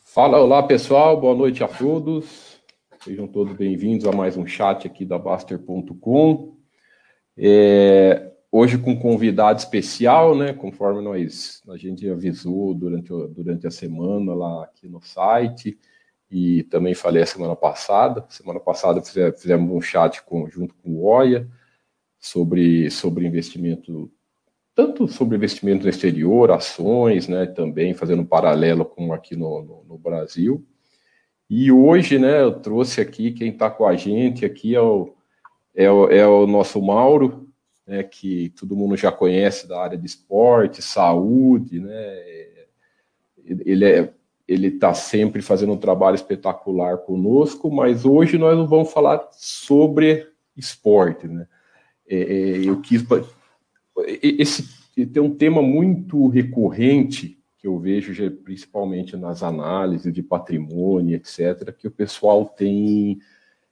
Olá pessoal, boa noite a todos. Sejam todos bem-vindos a mais um chat aqui da Baster.com. Hoje com um convidado especial, né? Conforme a gente avisou durante a semana lá aqui no site e também falei a semana passada. Semana passada fizemos um chat junto com o Oia sobre investimento, tanto sobre investimento no exterior, ações, né? Também fazendo um paralelo com aqui no Brasil. E hoje, né, eu trouxe aqui, quem está com a gente aqui é o nosso Mauro, né, que todo mundo já conhece da área de esporte, saúde, né, ele está sempre fazendo um trabalho espetacular conosco, mas hoje nós não vamos falar sobre esporte, né. Eu quis... Tem um tema muito recorrente que eu vejo principalmente nas análises de patrimônio, etc., que o pessoal tem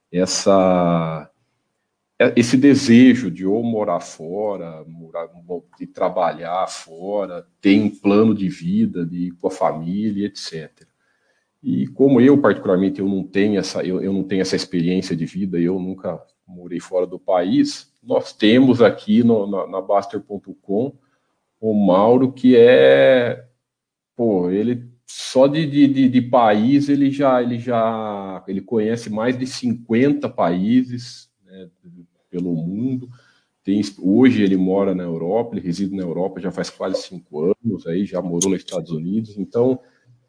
esse desejo de ou morar fora, de trabalhar fora, ter um plano de vida, de ir com a família, etc. E como eu, particularmente, eu não tenho essa experiência de vida, eu nunca morei fora do país, nós temos aqui na Baster.com o Mauro, que ele só de país ele conhece mais de 50 países, né, pelo mundo. Hoje ele mora na Europa, ele reside na Europa já faz quase 5 anos, aí já morou nos Estados Unidos. Então,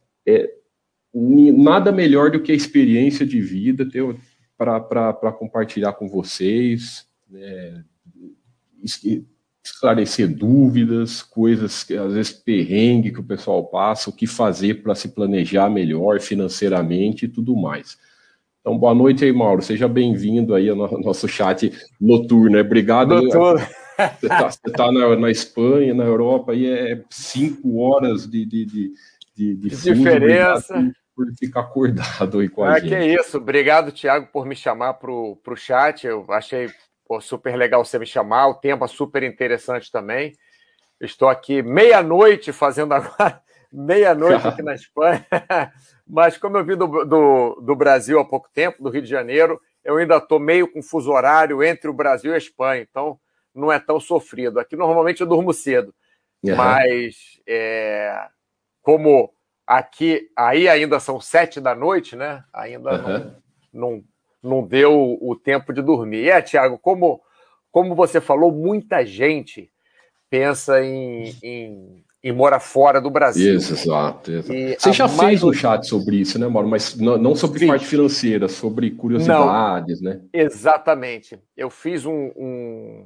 nada melhor do que a experiência de vida para compartilhar com vocês, né, esclarecer dúvidas, coisas que às vezes perrengue que o pessoal passa, o que fazer para se planejar melhor financeiramente e tudo mais. Então, boa noite aí, Mauro. Seja bem-vindo aí ao nosso chat noturno. Obrigado. Doutor. Você tá na Espanha, na Europa, aí 5 horas de fuso. Diferença. Obrigado por ficar acordado aí com a gente. Que isso. Obrigado, Thiago, por me chamar para o chat. Eu achei super legal você me chamar. O tema super interessante também. Estou aqui meia-noite fazendo agora, meia-noite aqui na Espanha. Mas como eu vim do Brasil há pouco tempo, do Rio de Janeiro, eu ainda estou meio com fuso horário entre o Brasil e a Espanha. Então, não é tão sofrido. Aqui, normalmente, eu durmo cedo. Mas, como aqui, aí ainda são 7 da noite, né? Ainda não deu o tempo de dormir. Thiago, como você falou, muita gente pensa em morar fora do Brasil. Exato. Você já fez um chat sobre isso, né, Mauro? Mas não sobre parte financeira, sobre curiosidades, não, né? Exatamente. Eu fiz um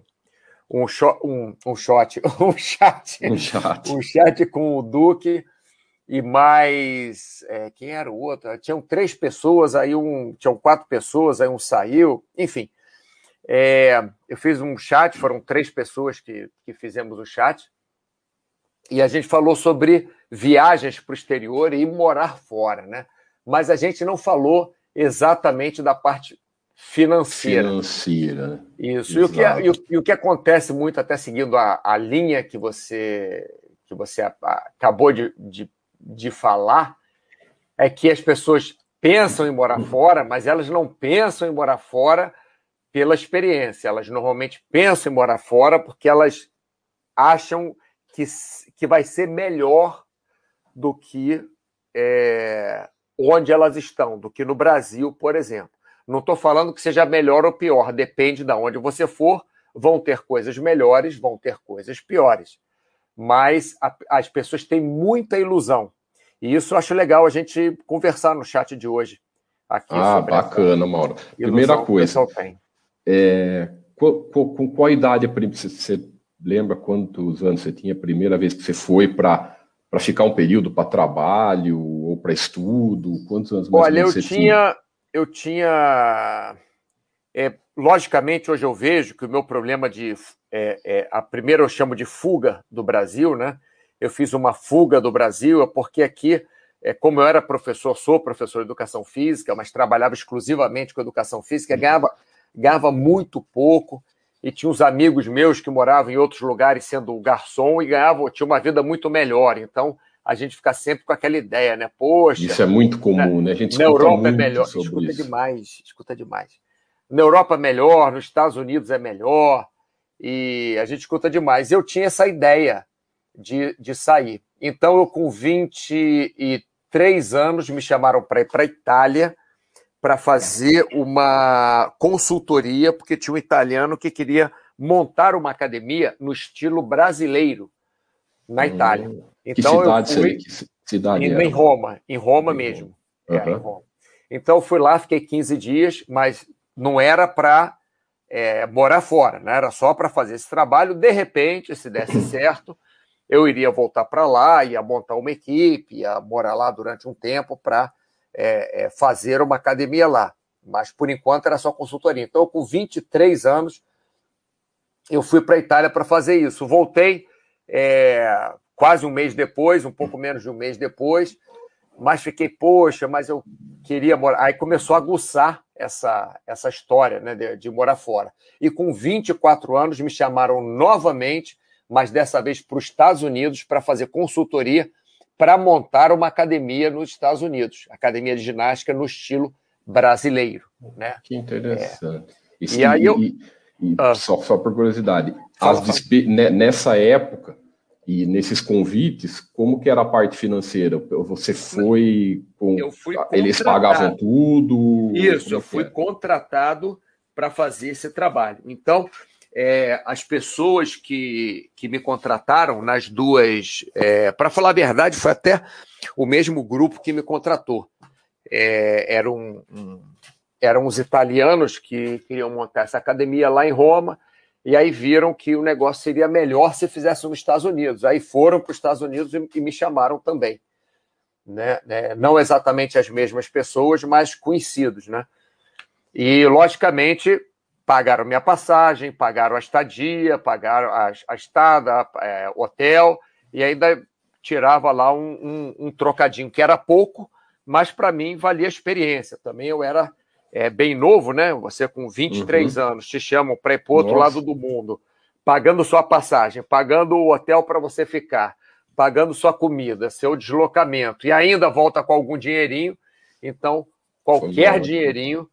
chat com o Duque e mais... quem era o outro? Tinham 3 pessoas, tinham 4 pessoas, aí um saiu. Enfim, eu fiz um chat, foram 3 pessoas que fizemos o chat, e a gente falou sobre viagens para o exterior e morar fora, né? Mas a gente não falou exatamente da parte financeira. Isso. E o que acontece muito, até seguindo a linha que você acabou de falar, é que as pessoas pensam em morar fora, mas elas não pensam em morar fora pela experiência. Elas normalmente pensam em morar fora porque elas acham que vai ser melhor do que onde elas estão, do que no Brasil, por exemplo. Não estou falando que seja melhor ou pior, depende de onde você for, vão ter coisas melhores, vão ter coisas piores. Mas as pessoas têm muita ilusão. E isso eu acho legal a gente conversar no chat de hoje. Aqui sobre bacana, Mauro. Primeira coisa, com qual idade você lembra quantos anos você tinha a primeira vez que você foi para ficar um período para trabalho ou para estudo? Quantos anos mais ou menos você tinha? Eu tinha... logicamente, hoje eu vejo que o meu problema a primeira eu chamo de fuga do Brasil, né? Eu fiz uma fuga do Brasil, porque aqui, como eu era professor, sou professor de educação física, mas trabalhava exclusivamente com educação física, ganhava muito pouco, e tinha uns amigos meus que moravam em outros lugares sendo garçom e tinha uma vida muito melhor. Então, a gente fica sempre com aquela ideia, né? Poxa, isso é muito comum, né? A gente na escuta Europa é muito melhor, sobre isso. escuta demais. Na Europa é melhor, nos Estados Unidos é melhor, e a gente escuta demais. Eu tinha essa ideia de sair. Então, eu com 23 anos, me chamaram para ir para a Itália para fazer uma consultoria, porque tinha um italiano que queria montar uma academia no estilo brasileiro na Itália. Que Então, eu cidade fui que cidade em era? Roma, em Roma Em mesmo. Roma. Em Roma. Então, eu fui lá, fiquei 15 dias, mas não era para morar fora, né? Era só para fazer esse trabalho. De repente, se desse certo, eu iria voltar para lá, ia montar uma equipe, ia morar lá durante um tempo para fazer uma academia lá. Mas, por enquanto, era só consultoria. Então, com 23 anos, eu fui para a Itália para fazer isso. Voltei quase um mês depois, um pouco menos de um mês depois, mas fiquei, poxa, mas eu queria morar. Aí começou a aguçar essa história, né, de morar fora. E com 24 anos me chamaram novamente, mas dessa vez para os Estados Unidos, para fazer consultoria para montar uma academia nos Estados Unidos, academia de ginástica no estilo brasileiro, né? Que interessante. E aí Só por curiosidade, fala. nessa época e nesses convites, como que era a parte financeira? Você foi com... Eu fui Eles pagavam contratado. tudo? Isso, eu fui contratado para fazer esse trabalho. Então, as pessoas que me contrataram nas duas... para falar a verdade, foi até o mesmo grupo que me contratou. Eram os italianos que queriam montar essa academia lá em Roma, e aí viram que o negócio seria melhor se fizesse nos Estados Unidos. Aí foram para os Estados Unidos e me chamaram também. Né? Não exatamente as mesmas pessoas, mas conhecidos, né? E, logicamente, pagaram minha passagem, pagaram a estadia, pagaram a estada, hotel, e ainda tirava lá um trocadinho, que era pouco, mas para mim valia a experiência. Também eu era bem novo, né? Você com 23 anos, te chamam para ir para o outro lado do mundo, pagando sua passagem, pagando o hotel para você ficar, pagando sua comida, seu deslocamento, e ainda volta com algum dinheirinho. Então, qualquer dinheirinho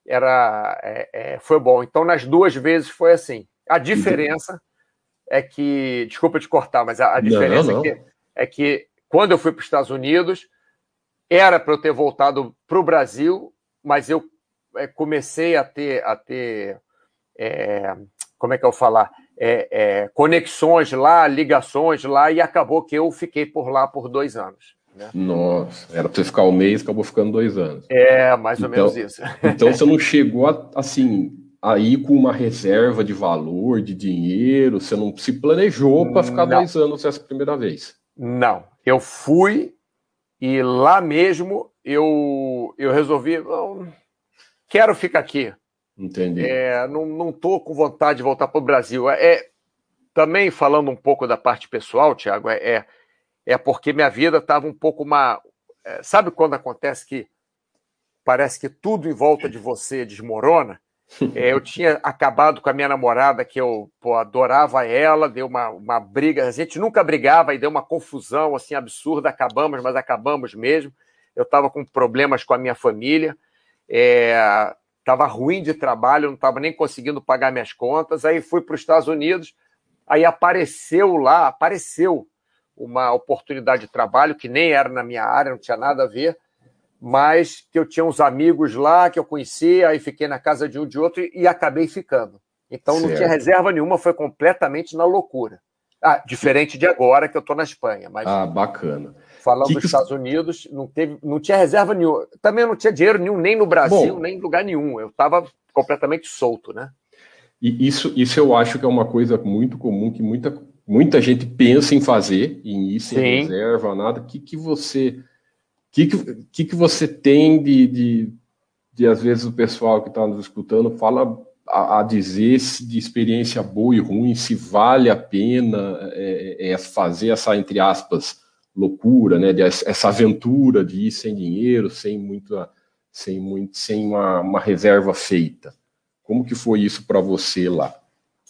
foi bom. Então, nas duas vezes foi assim. A diferença é que... Desculpa te cortar, mas a diferença é que quando eu fui para os Estados Unidos, era para eu ter voltado para o Brasil, mas eu comecei a ter como é que eu falar? Conexões lá, ligações lá, e acabou que eu fiquei por lá por 2 anos. Né? Nossa, era para você ficar 1 mês, acabou ficando 2 anos. Mais ou menos isso. Então você não chegou assim, aí com uma reserva de valor, de dinheiro, você não se planejou para ficar 2 anos essa primeira vez? Não, eu fui e lá mesmo eu resolvi, quero ficar aqui. Entendi. Não estou com vontade de voltar para o Brasil. Também falando um pouco da parte pessoal, Thiago, porque minha vida estava um pouco sabe quando acontece que parece que tudo em volta de você desmorona? Eu tinha acabado com a minha namorada, que eu adorava ela, deu uma briga, a gente nunca brigava e deu uma confusão assim absurda, mas acabamos mesmo. Eu estava com problemas com a minha família, estava ruim de trabalho, não estava nem conseguindo pagar minhas contas, aí fui para os Estados Unidos, aí apareceu uma oportunidade de trabalho que nem era na minha área, não tinha nada a ver, mas que eu tinha uns amigos lá que eu conhecia, aí fiquei na casa de um de outro e acabei ficando. Então não tinha reserva nenhuma, foi completamente na loucura. Diferente de agora, que eu estou na Espanha. Mas, bacana. Falando dos Estados Unidos, não tinha reserva nenhuma. Também não tinha dinheiro nenhum, nem no Brasil, nem em lugar nenhum. Eu estava completamente solto, né? E isso eu acho que é uma coisa muito comum, que muita gente pensa em fazer, em ir sem reserva, nada. O que você tem de às vezes o pessoal que está nos escutando fala a dizer de experiência boa e ruim, se vale a pena fazer essa, entre aspas, loucura, né, essa aventura de ir sem dinheiro, sem uma reserva feita. Como que foi isso para você lá?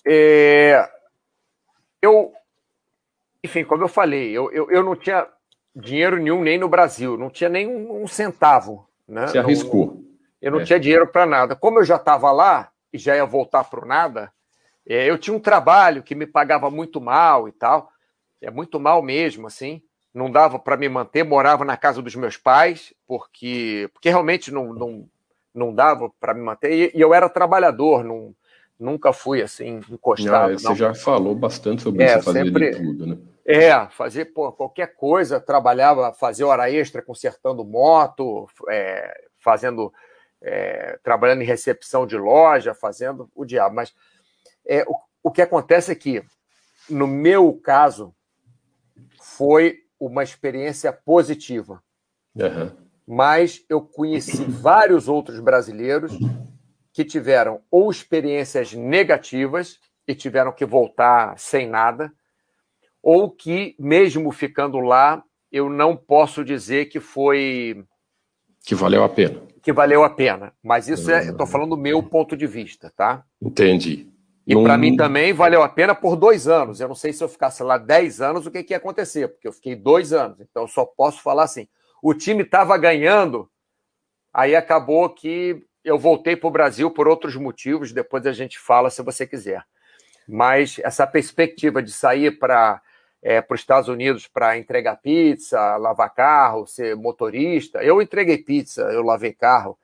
Enfim, como eu falei, eu não tinha dinheiro nenhum nem no Brasil, não tinha nem um centavo. Né? Você arriscou. Eu não tinha dinheiro para nada. Como eu já estava lá e já ia voltar para o nada, eu tinha um trabalho que me pagava muito mal e tal, muito mal mesmo, assim, não dava para me manter, morava na casa dos meus pais, porque realmente não dava para me manter, e eu era trabalhador, nunca fui assim, encostado. Você já falou bastante sobre isso, fazer sempre, de tudo, né? Fazer qualquer coisa, trabalhava, fazia hora extra consertando moto, trabalhando em recepção de loja, fazendo o diabo. Mas o que acontece é que, no meu caso, foi uma experiência positiva. Uhum. Mas eu conheci vários outros brasileiros que tiveram ou experiências negativas e tiveram que voltar sem nada, ou que, mesmo ficando lá, eu não posso dizer que foi... Que valeu a pena. Que valeu a pena. Mas isso eu estou falando do meu ponto de vista, tá? Entendi. E para mim também valeu a pena por 2 anos. Eu não sei se eu ficasse lá 10 anos, o que ia acontecer, porque eu fiquei 2 anos. Então eu só posso falar assim, o time estava ganhando, aí acabou que eu voltei para o Brasil por outros motivos, depois a gente fala se você quiser. Mas essa perspectiva de sair para os Estados Unidos para entregar pizza, lavar carro, ser motorista. Eu entreguei pizza, eu lavei carro.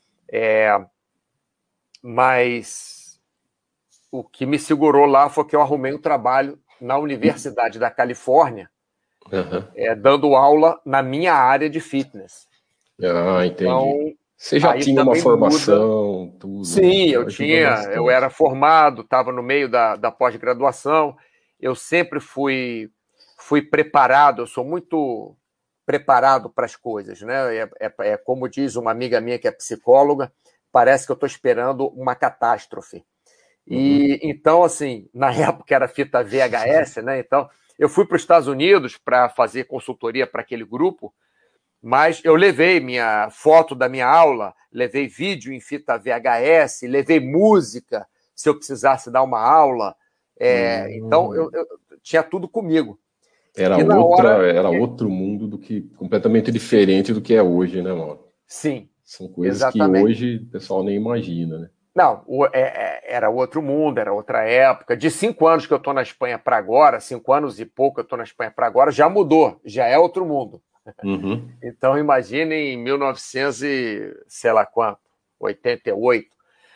Mas o que me segurou lá foi que eu arrumei um trabalho na Universidade da Califórnia, dando aula na minha área de fitness. Entendi. Então, você já tinha uma formação, tudo. Sim, eu tinha. Bastante. Eu era formado, estava no meio da pós-graduação. Eu sempre fui preparado, eu sou muito preparado para as coisas, né? Como diz uma amiga minha que é psicóloga, parece que eu estou esperando uma catástrofe. E então, assim, na época era fita VHS, né? Então, eu fui para os Estados Unidos para fazer consultoria para aquele grupo, mas eu levei minha foto da minha aula, levei vídeo em fita VHS, levei música, se eu precisasse dar uma aula. Então, eu tinha tudo comigo. Era outro mundo do que completamente diferente do que é hoje, né, mano? Sim. São coisas exatamente. Que hoje o pessoal nem imagina, né? Não, era outro mundo, era outra época. De 5 anos que eu estou na Espanha para agora, 5 anos e pouco eu estou na Espanha para agora, já mudou, já é outro mundo. Então, imagine em 1900 e sei lá quanto, 88.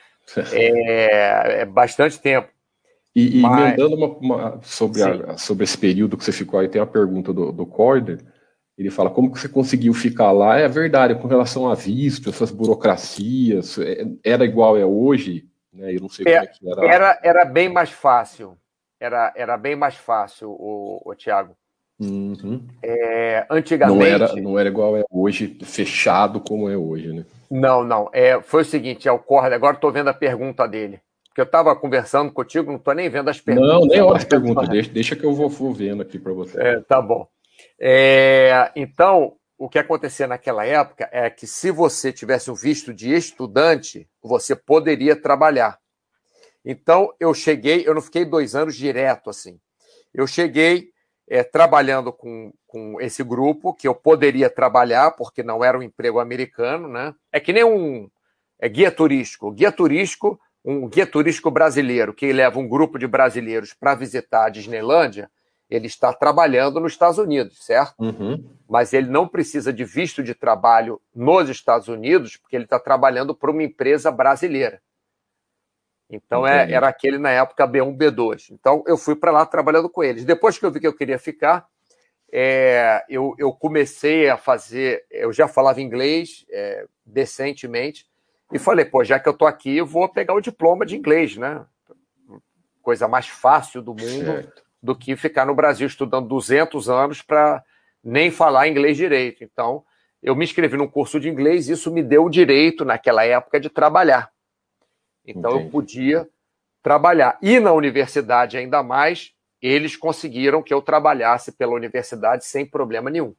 É bastante tempo. E emendando sobre esse período que você ficou aí, tem a pergunta do Corder. Ele fala, como que você conseguiu ficar lá? É verdade, com relação a visto, essas burocracias, era igual é hoje? Né? Eu não sei como é que era. Era bem mais fácil. Era bem mais fácil, o Thiago. Antigamente... Não era igual é hoje, fechado como é hoje, né? Não. Foi o seguinte, o Corder, agora estou vendo a pergunta dele. Porque eu estava conversando contigo, não estou nem vendo as perguntas. Não, nem hora de pergunta, deixa que eu vou vendo aqui para você. Tá bom. Então, o que acontecia naquela época é que se você tivesse um visto de estudante, você poderia trabalhar. Então, eu não fiquei 2 anos direto assim. Eu cheguei trabalhando com esse grupo, que eu poderia trabalhar, porque não era um emprego americano, né? É que nem um guia turístico. Um guia turístico brasileiro, que leva um grupo de brasileiros para visitar a Disneylândia, ele está trabalhando nos Estados Unidos, certo? Mas ele não precisa de visto de trabalho nos Estados Unidos, porque ele está trabalhando para uma empresa brasileira. Então, era aquele, na época, B1, B2. Então, eu fui para lá trabalhando com eles. Depois que eu vi que eu queria ficar, eu comecei a fazer... Eu já falava inglês decentemente, e falei, já que eu estou aqui, eu vou pegar o diploma de inglês, né? Coisa mais fácil do mundo do que ficar no Brasil estudando 200 anos para nem falar inglês direito. Então, eu me inscrevi num curso de inglês e isso me deu o direito, naquela época, de trabalhar. Então, eu podia trabalhar. E na universidade, ainda mais, eles conseguiram que eu trabalhasse pela universidade sem problema nenhum.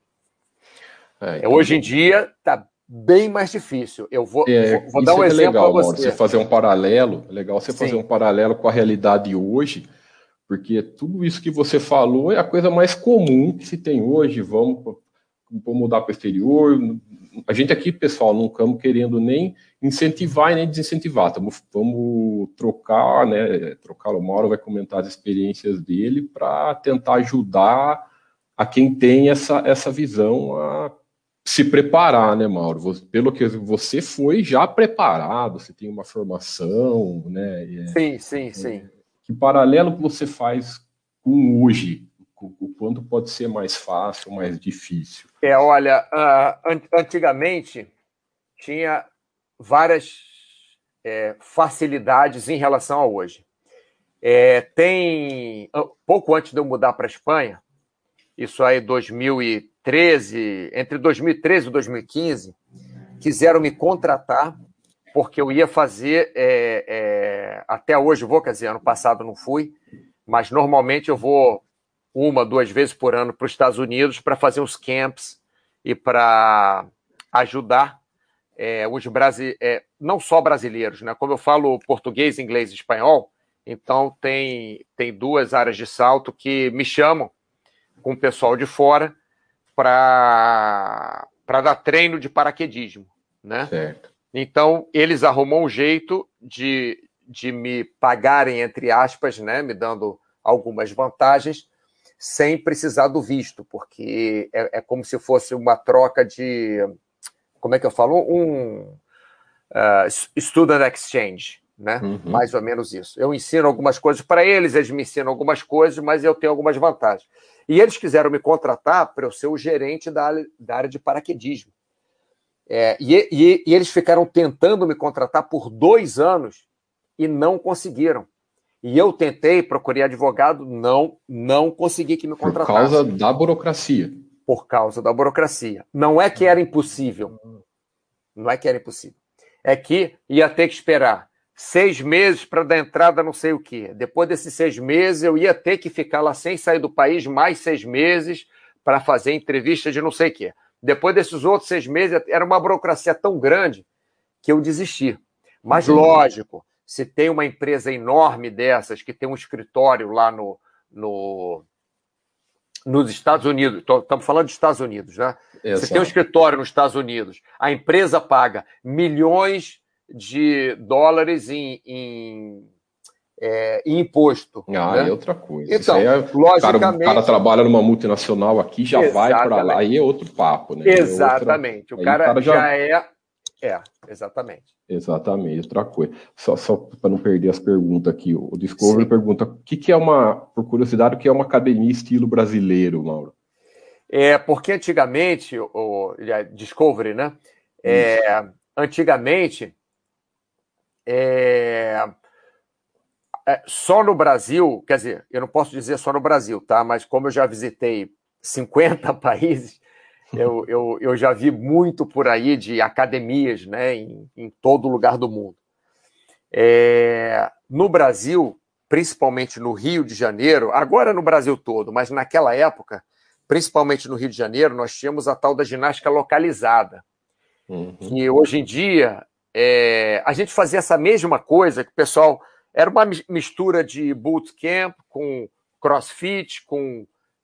Hoje em dia, está bem mais difícil. Eu vou dar um exemplo para você. Você fazer um paralelo, é legal você fazer um paralelo com a realidade hoje, porque tudo isso que você falou é a coisa mais comum que se tem hoje. Vamos vamos mudar para o exterior. A gente aqui, pessoal, não estamos querendo nem incentivar e nem desincentivar. Vamos trocar, né? Trocar, o Mauro vai comentar as experiências dele para tentar ajudar a quem tem essa visão a se preparar, né, Mauro? Pelo que você foi já preparado, você tem uma formação, né? Sim. Que paralelo que você faz com hoje? O quanto pode ser mais fácil, mais difícil? Olha, antigamente tinha várias facilidades em relação a hoje. Pouco antes de eu mudar para a Espanha, isso aí 2013, entre 2013 e 2015, quiseram me contratar porque eu ia fazer, até hoje eu vou, quer dizer, ano passado não fui, mas normalmente eu vou 1-2 vezes por ano para os Estados Unidos para fazer uns camps e para ajudar não só brasileiros, né? Como eu falo português, inglês e espanhol, então tem 2 áreas de salto que me chamam com o pessoal de fora para dar treino de paraquedismo, né? Certo. Então, eles arrumam um jeito de me pagarem, entre aspas, né? Me dando algumas vantagens, sem precisar do visto, porque é como se fosse uma troca de... Como é que eu falo? Student exchange, né? Uhum. Mais ou menos isso. Eu ensino algumas coisas para eles, eles me ensinam algumas coisas, mas eu tenho algumas vantagens. E eles quiseram me contratar para eu ser o gerente da área de paraquedismo. E eles ficaram tentando me contratar por 2 anos e não conseguiram. E eu tentei, procurei advogado, não consegui que me contratasse. Por causa da burocracia. Por causa da burocracia. Não é que era impossível. Não é que era impossível. É que ia ter que esperar 6 meses para dar entrada não sei o quê. Depois desses 6 meses, eu ia ter que ficar lá sem sair do país mais 6 meses para fazer entrevista de não sei o quê. Depois desses outros 6 meses, era uma burocracia tão grande que eu desisti. Mas, lógico, se tem uma empresa enorme dessas, que tem um escritório lá nos Estados Unidos, estamos falando dos Estados Unidos, né? Exato. Você tem um escritório nos Estados Unidos, a empresa paga milhões de dólares em imposto. Né? É outra coisa. Então, logicamente... O cara trabalha numa multinacional aqui, já vai para lá, aí é outro papo, né? Exatamente. O cara já é... exatamente. Exatamente, outra coisa. Só para não perder as perguntas aqui, o Discovery pergunta, o que é por curiosidade, o que é uma academia estilo brasileiro, Mauro? Porque antigamente, Discovery, né? Antigamente, só no Brasil, quer dizer, eu não posso dizer só no Brasil, tá? Mas como eu já visitei 50 países, eu já vi muito por aí de academias, né, em todo lugar do mundo. No Brasil, principalmente no Rio de Janeiro, agora no Brasil todo, mas naquela época, principalmente no Rio de Janeiro, nós tínhamos a tal da ginástica localizada, que hoje em dia a gente fazia essa mesma coisa, que o pessoal... Era uma mistura de bootcamp com crossfit, com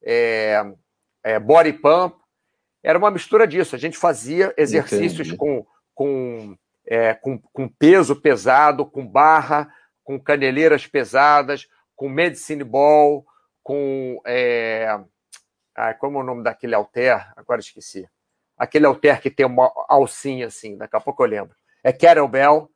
body pump. Era uma mistura disso. A gente fazia exercícios com peso pesado, com barra, com caneleiras pesadas, com medicine ball, com... como é o nome daquele halter? Agora esqueci. Aquele halter que tem uma alcinha assim, daqui a pouco eu lembro. Kettlebell,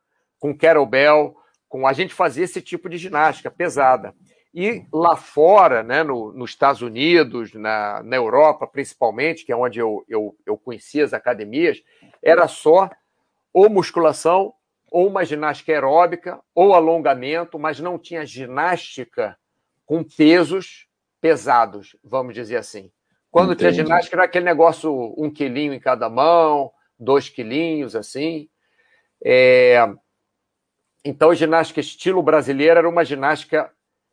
a gente fazia esse tipo de ginástica pesada. E lá fora, né, nos Estados Unidos, na Europa principalmente, que é onde eu conhecia as academias, era só ou musculação, ou uma ginástica aeróbica, ou alongamento, mas não tinha ginástica com pesos pesados, vamos dizer assim. Quando tinha ginástica, era aquele negócio 1 quilinho em cada mão, 2 quilinhos, assim. Então, a ginástica estilo brasileira era uma ginástica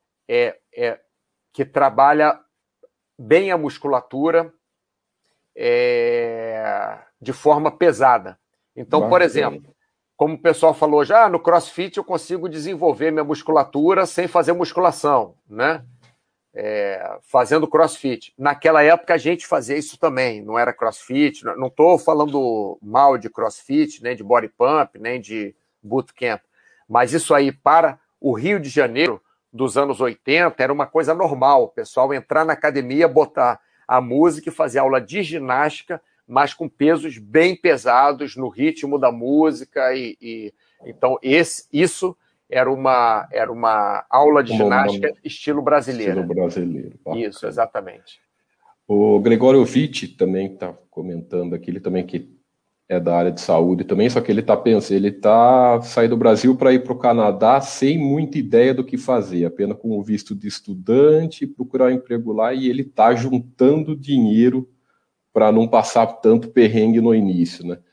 que trabalha bem a musculatura de forma pesada. Então, por exemplo, como o pessoal falou já, no CrossFit eu consigo desenvolver minha musculatura sem fazer musculação, né? fazendo CrossFit. Naquela época a gente fazia isso também, não era CrossFit, não estou falando mal de CrossFit, nem de body pump, nem de bootcamp, mas isso aí para o Rio de Janeiro dos anos 80 era uma coisa normal, o pessoal entrar na academia, botar a música e fazer aula de ginástica, mas com pesos bem pesados no ritmo da música, então isso era uma aula de ginástica estilo brasileiro. Estilo brasileiro. Bacana. Isso, exatamente. O Gregório Vitti também está comentando aqui, ele também que é da área de saúde também, só que ele está pensando, ele está saindo do Brasil para ir para o Canadá sem muita ideia do que fazer, apenas com o visto de estudante, procurar um emprego lá, e ele está juntando dinheiro para não passar tanto perrengue no início, né?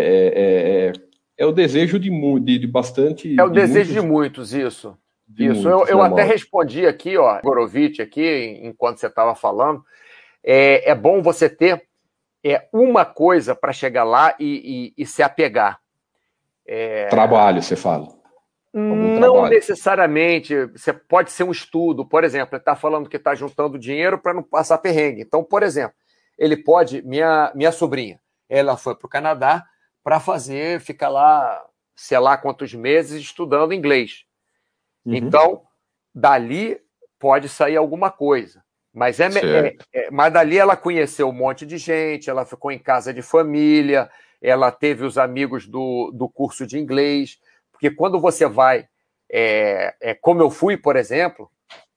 É o desejo de bastante... É o desejo de muitos, isso. Eu até respondi aqui, ó, Gorovitch, aqui, enquanto você estava falando, é bom você ter uma coisa para chegar lá e se apegar. Trabalho, você fala. Não necessariamente, você pode ser um estudo, por exemplo, ele está falando que está juntando dinheiro para não passar perrengue. Então, por exemplo, ele pode, minha sobrinha, ela foi para o Canadá para ficar lá, sei lá quantos meses, estudando inglês. Uhum. Então, dali pode sair alguma coisa. Mas, mas dali ela conheceu um monte de gente, ela ficou em casa de família, ela teve os amigos do curso de inglês, porque quando você vai, como eu fui, por exemplo,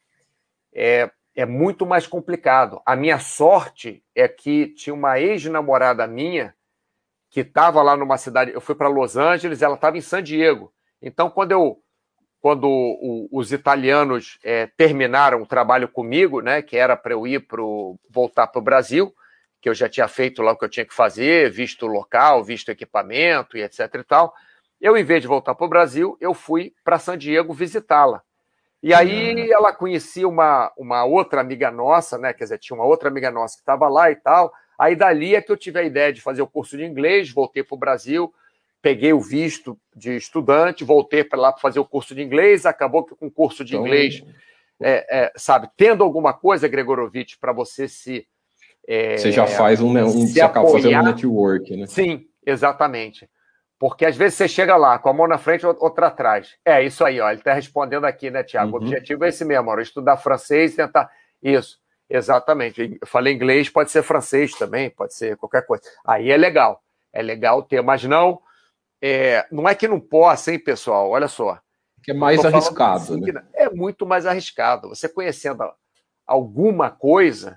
é muito mais complicado. A minha sorte é que tinha uma ex-namorada minha que estava lá numa cidade, eu fui para Los Angeles, ela estava em San Diego. Então, quando os italianos terminaram o trabalho comigo, né, que era para eu voltar para o Brasil, que eu já tinha feito lá o que eu tinha que fazer, visto local, visto equipamento e etc e tal, eu, em vez de voltar para o Brasil, eu fui para San Diego visitá-la. E aí ela conhecia uma outra amiga nossa, né, quer dizer, tinha uma outra amiga nossa que estava lá e tal, aí dali é que eu tive a ideia de fazer o curso de inglês, voltei para o Brasil, peguei o visto de estudante, voltei para lá para fazer o curso de inglês, acabou que com o curso de inglês, sabe, tendo alguma coisa, Gregorovitch, para você você já faz você acaba fazendo um network, né? Sim, exatamente. Porque às vezes você chega lá, com a mão na frente e outra atrás. É isso aí, ó, ele está respondendo aqui, né, Tiago? O objetivo é esse mesmo, ó, estudar francês e tentar... Isso, exatamente. Eu falei inglês, pode ser francês também, pode ser qualquer coisa. Aí é legal ter, mas não é que não possa, hein, pessoal? Olha só. Que é mais arriscado, assim, né? É muito mais arriscado. Você conhecendo alguma coisa,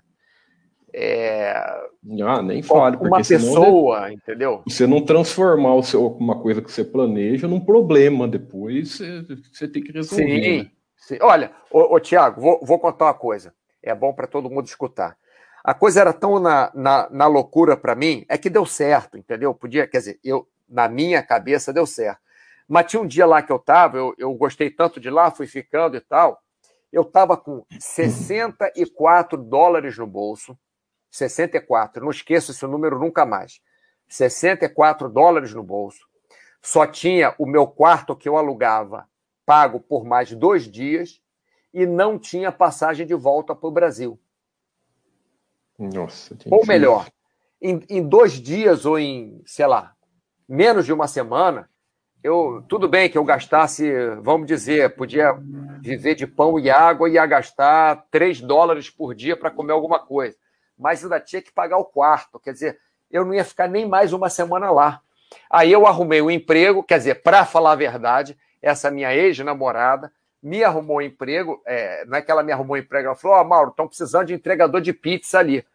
nem fale, porque uma pessoa, entendeu? Você não transformar uma coisa que você planeja num problema depois, você tem que resolver. Sim, né? Sim. Olha, Tiago, vou contar uma coisa. É bom para todo mundo escutar. A coisa era tão na loucura para mim, é que deu certo, entendeu? Quer dizer, na minha cabeça deu certo. Mas tinha um dia lá que eu estava, eu gostei tanto de lá, fui ficando e tal, eu estava com $64 no bolso, 64, não esqueço esse número nunca mais, $64 no bolso, só tinha o meu quarto que eu alugava pago por mais 2 dias e não tinha passagem de volta para o Brasil. Nossa, ou melhor, em 2 dias ou em, sei lá, menos de uma semana, tudo bem que eu gastasse, vamos dizer, podia viver de pão e água e ia gastar $3 por dia para comer alguma coisa, mas ainda tinha que pagar o quarto, quer dizer, eu não ia ficar nem mais uma semana lá. Aí eu arrumei um emprego, quer dizer, para falar a verdade, essa minha ex-namorada me arrumou um emprego, não é que ela me arrumou um emprego, ela falou, Mauro, estão precisando de entregador de pizza ali,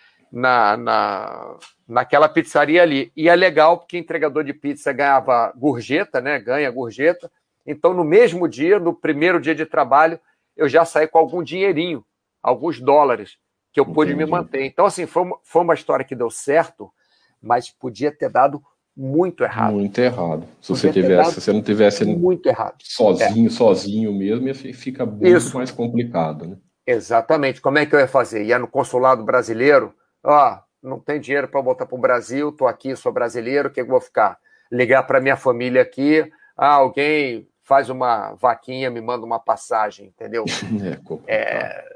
naquela pizzaria ali. E é legal porque entregador de pizza ganhava gorjeta, né? Ganha gorjeta. Então, no mesmo dia, no primeiro dia de trabalho, eu já saí com algum dinheirinho, alguns dólares, que eu pude me manter. Então, assim, foi uma história que deu certo, mas podia ter dado muito errado. Muito errado. Se você não tivesse muito errado. sozinho mesmo, fica muito mais complicado, né? Exatamente. Como é que eu ia fazer? Ia no consulado brasileiro, não tem dinheiro para voltar para o Brasil, estou aqui, sou brasileiro, o que eu vou ficar? Ligar para minha família aqui, alguém faz uma vaquinha, me manda uma passagem, entendeu?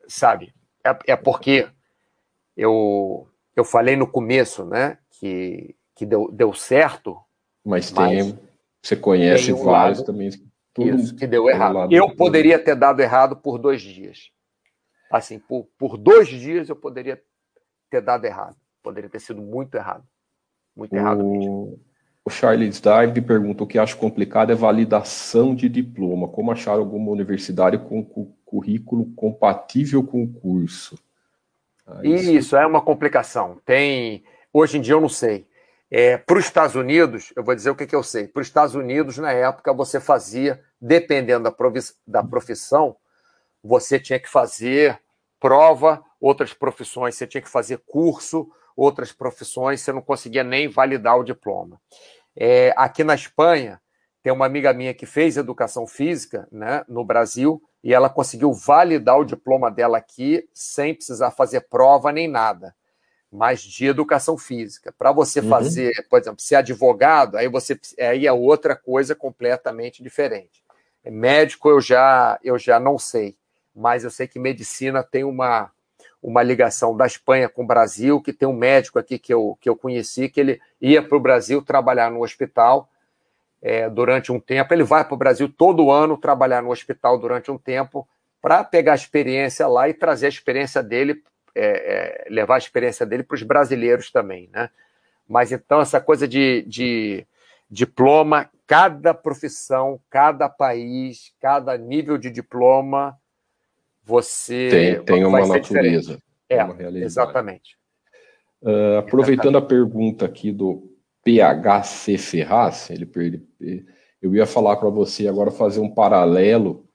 sabe, é porque eu falei no começo, né, que deu certo, Mas mas você conhece tem um vários lado, também, isso, que deu tem um errado. lado Eu poderia ter dado errado por 2 dias. Assim, por 2 dias eu poderia ter dado errado. Poderia ter sido muito errado. Muito errado mesmo. O Charles Dive pergunta: o que acho complicado é validação de diploma. Como achar alguma universidade com currículo compatível com o curso? Isso é uma complicação. Hoje em dia eu não sei. Para os Estados Unidos, eu vou dizer o que eu sei. Para os Estados Unidos, na época, você fazia, dependendo da profissão, você tinha que fazer prova, outras profissões você tinha que fazer curso, outras profissões você não conseguia nem validar o diploma. Aqui na Espanha, tem uma amiga minha que fez educação física, né, no Brasil, e ela conseguiu validar o diploma dela aqui sem precisar fazer prova nem nada, mas de educação física. Para você fazer, por exemplo, ser advogado, aí é outra coisa completamente diferente. Médico eu já não sei, mas eu sei que medicina tem uma ligação da Espanha com o Brasil, que tem um médico aqui que eu conheci, que ele ia para o Brasil trabalhar no hospital durante um tempo. Ele vai para o Brasil todo ano trabalhar no hospital durante um tempo para pegar a experiência lá e trazer a experiência dele, levar a experiência dele para os brasileiros também, né? Mas então essa coisa de diploma, cada profissão, cada país, cada nível de diploma, você tem vai uma ser natureza, diferente. tem uma realidade. Exatamente. Aproveitando a pergunta aqui do PHC Ferraz, eu ia falar para você agora fazer um paralelo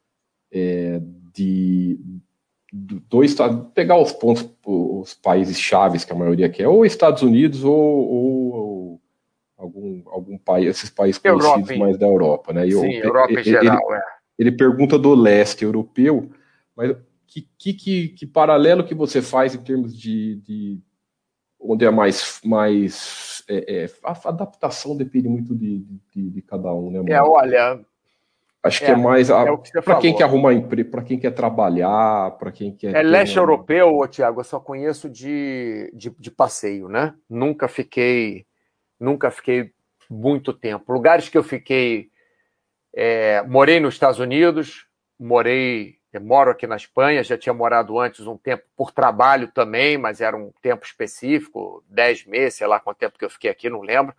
de dois, pegar os pontos, os países chaves que a maioria quer, ou Estados Unidos ou algum país, esses países conhecidos Europa, mais da Europa, né? sim, Europa em geral, ele pergunta do leste europeu, mas que paralelo que você faz em termos de onde é a adaptação depende muito de cada um, né, mano? olha, Acho que é mais o que você para quem quer falou. arrumar emprego, para quem quer trabalhar, para quem quer ter Leste europeu, Tiago, eu só conheço de passeio, né? Nunca fiquei muito tempo. Lugares que eu fiquei, morei nos Estados Unidos, moro aqui na Espanha, já tinha morado antes um tempo por trabalho também, mas era um tempo específico, 10 meses, sei lá quanto tempo que eu fiquei aqui, não lembro.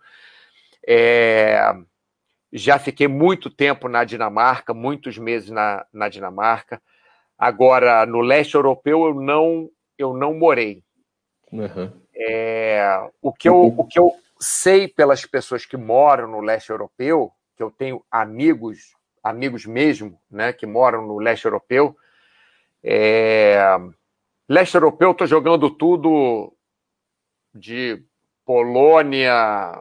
Já fiquei muito tempo na Dinamarca, muitos meses na Dinamarca. Agora, no leste europeu, eu não morei. Uhum. O que eu sei pelas pessoas que moram no leste europeu, que eu tenho amigos mesmo, né, que moram no leste europeu, leste europeu, estou jogando tudo de Polônia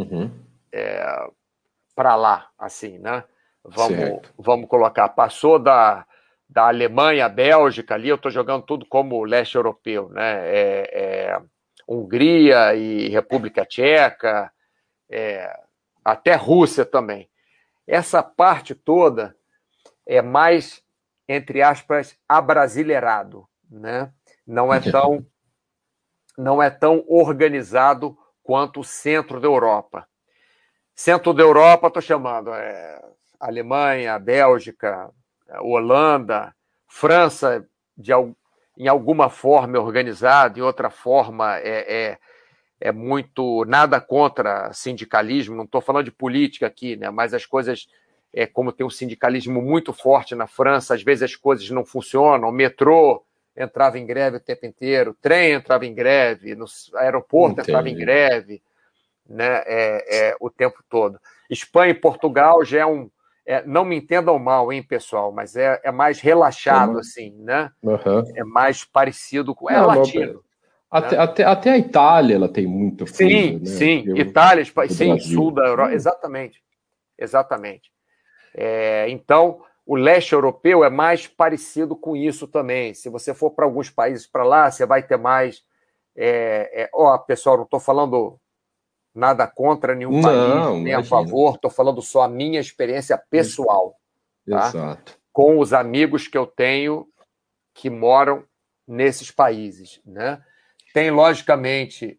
para lá, assim, né? Vamos colocar. Passou da Alemanha, Bélgica ali, eu estou jogando tudo como leste europeu, né? Hungria e República Tcheca, até Rússia também. Essa parte toda é mais, entre aspas, abrasileirado, né? Não é tão organizado quanto o centro da Europa. Centro da Europa, estou chamando Alemanha, Bélgica, Holanda, França, em alguma forma é organizado, em outra forma é muito nada contra sindicalismo, não estou falando de política aqui, né? Mas as coisas, como tem um sindicalismo muito forte na França, às vezes as coisas não funcionam, o metrô entrava em greve o tempo inteiro, o trem entrava em greve, no aeroporto entrava em greve, né? O tempo todo. Espanha e Portugal já não me entendam mal, hein, pessoal, mas é mais relaxado, assim, né? É mais parecido com... latino. Até a Itália ela tem muita coisa, né? Sim, Itália, sim, Brasil. sul da Europa, exatamente. Então, o leste europeu é mais parecido com isso também. Se você for para alguns países para lá, você vai ter mais... pessoal, não estou falando nada contra nenhum país, nem a favor, estou falando só a minha experiência pessoal. Tá? Exato. Com os amigos que eu tenho que moram nesses países, né? Tem, logicamente,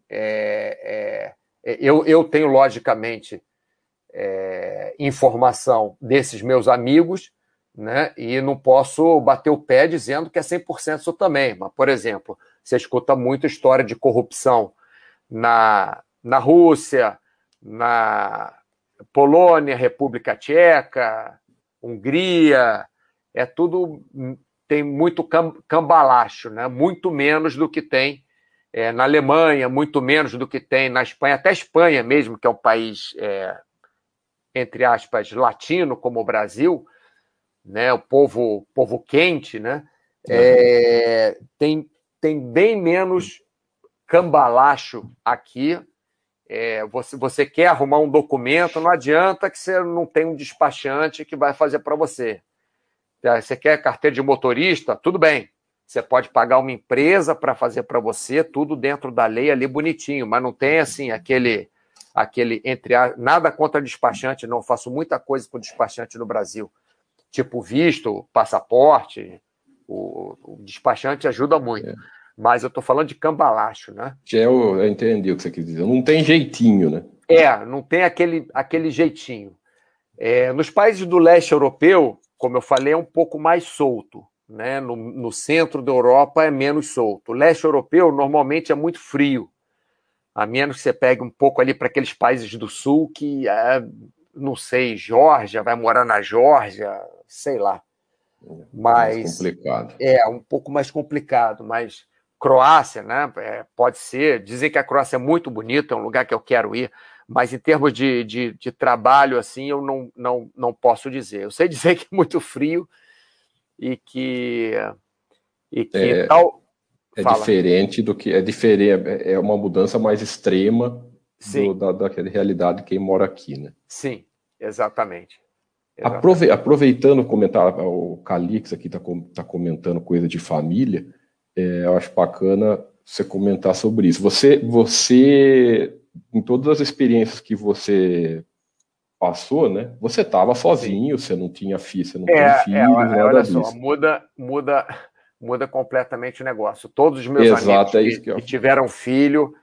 eu tenho, logicamente, informação desses meus amigos, né? E não posso bater o pé dizendo que é 100% isso também. Mas, por exemplo, você escuta muita história de corrupção na Rússia, na Polônia, República Tcheca, Hungria, tudo tem muito cambalacho, né? Muito menos do que tem na Alemanha, muito menos do que tem na Espanha, até a Espanha mesmo, que é um país, entre aspas, latino, como o Brasil, né? O povo quente, né? Tem bem menos cambalacho aqui. Você quer arrumar um documento, não adianta que você não tem um despachante que vai fazer para você. Você quer carteira de motorista? Tudo bem. Você pode pagar uma empresa para fazer para você, tudo dentro da lei ali bonitinho, mas não tem assim aquele nada contra despachante, não. Faço muita coisa com despachante no Brasil. Tipo visto, passaporte, o despachante ajuda muito. Mas eu estou falando de cambalacho, né? Eu entendi o que você quis dizer. Não tem jeitinho, né? Não tem aquele jeitinho. Nos países do leste europeu, como eu falei, é um pouco mais solto, né? No centro da Europa é menos solto. O leste europeu normalmente é muito frio, a menos que você pegue um pouco ali para aqueles países do sul que, não sei, Geórgia, vai morar na Geórgia, sei lá. Mais complicado. Um pouco mais complicado, mas Croácia, né? Pode ser. Dizem que a Croácia é muito bonita, é um lugar que eu quero ir, mas em termos de trabalho, assim, eu não posso dizer. Eu sei dizer que é muito frio e que tal. Diferente do que. É uma mudança mais extrema da realidade de quem mora aqui, né? Sim, exatamente. Aproveitando o comentário, o Calix aqui está comentando coisa de família, eu acho bacana você comentar sobre isso. Você, em todas as experiências que você passou, né? Você estava sozinho, você não tinha filho, você não tem filhos, nada olha disso. Só, muda completamente o negócio. Todos os meus amigos que tiveram filho.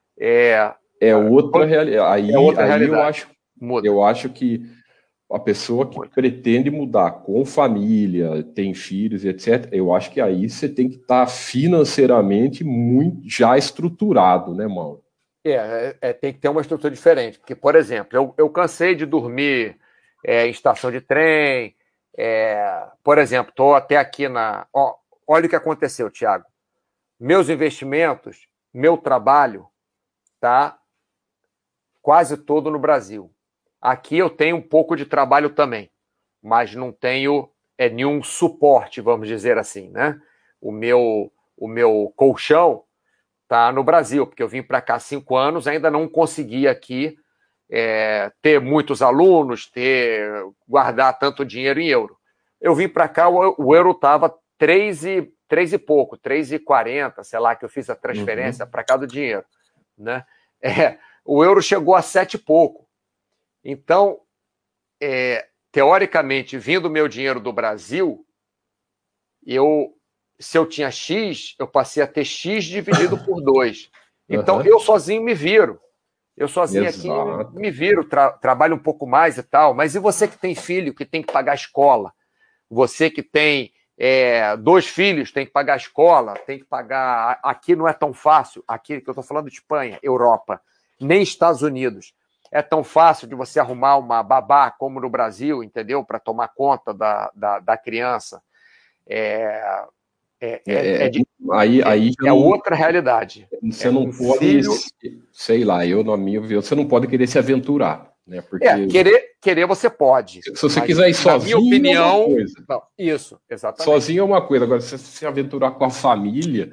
Outra realidade. Realidade. Eu acho que a pessoa que pretende mudar com família, tem filhos, etc., eu acho que aí você tem que estar financeiramente muito já estruturado, né, Mauro? Tem que ter uma estrutura diferente. Porque, por exemplo, eu cansei de dormir em estação de trem. Por exemplo, estou até aqui na. Olha o que aconteceu, Thiago. Meus investimentos, meu trabalho, tá quase todo no Brasil. Aqui eu tenho um pouco de trabalho também, mas não tenho nenhum suporte, vamos dizer assim, né? O meu colchão tá no Brasil, porque eu vim para cá há 5 anos, ainda não consegui aqui ter muitos alunos, guardar tanto dinheiro em euro. Eu vim para cá, o euro estava 3 e pouco, 3,40, sei lá, que eu fiz a transferência para cá do dinheiro, né? O euro chegou a 7 e pouco. Então, teoricamente, vindo o meu dinheiro do Brasil, se eu tinha X, eu passei a ter X dividido por 2. Então, eu sozinho me viro. Eu sozinho aqui me viro, trabalho um pouco mais e tal. Mas e você que tem filho, que tem que pagar a escola? Você que tem 2 filhos, tem que pagar a escola, tem que pagar... Aqui não é tão fácil. Aqui, que eu estou falando de Espanha, Europa, nem Estados Unidos. É tão fácil de você arrumar uma babá como no Brasil, entendeu? Para tomar conta da criança. Outra realidade. Você não pode, sei lá, na minha visão, você não pode querer se aventurar, né? Porque querer você pode. Se você quiser ir sozinho, na minha opinião, é uma coisa. Não, isso, exatamente. Sozinho é uma coisa. Agora, se você se aventurar com a família,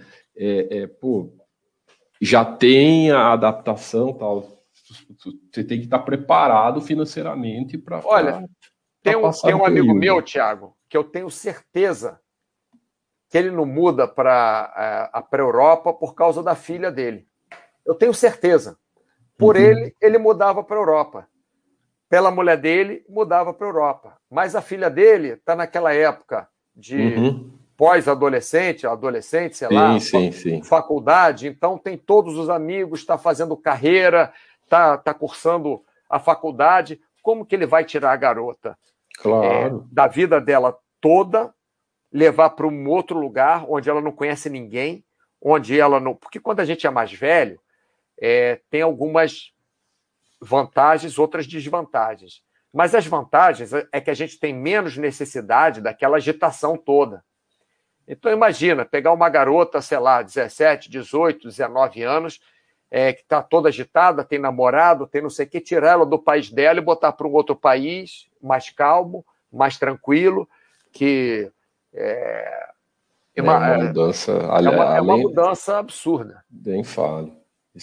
já tem a adaptação, tal. Você tem que estar preparado financeiramente para. Olha, tem um amigo meu, Thiago, que eu tenho certeza que ele não muda para a Europa por causa da filha dele. Eu tenho certeza. Por ele mudava para a Europa. Pela mulher dele, mudava para a Europa. Mas a filha dele está naquela época de pós-adolescente, adolescente, sei lá, sim. faculdade, então tem todos os amigos, está fazendo carreira, está cursando a faculdade, como que ele vai tirar a garota Claro. da vida dela toda, levar para um outro lugar onde ela não conhece ninguém, onde ela não... Porque quando a gente é mais velho, tem algumas vantagens, outras desvantagens. Mas as vantagens é que a gente tem menos necessidade daquela agitação toda. Então, imagina, pegar uma garota, sei lá, 17, 18, 19 anos, que está toda agitada, tem namorado, tem não sei o que, tirar ela do país dela e botar para um outro país mais calmo, mais tranquilo, que É uma mudança, é uma mudança absurda. Nem falo. E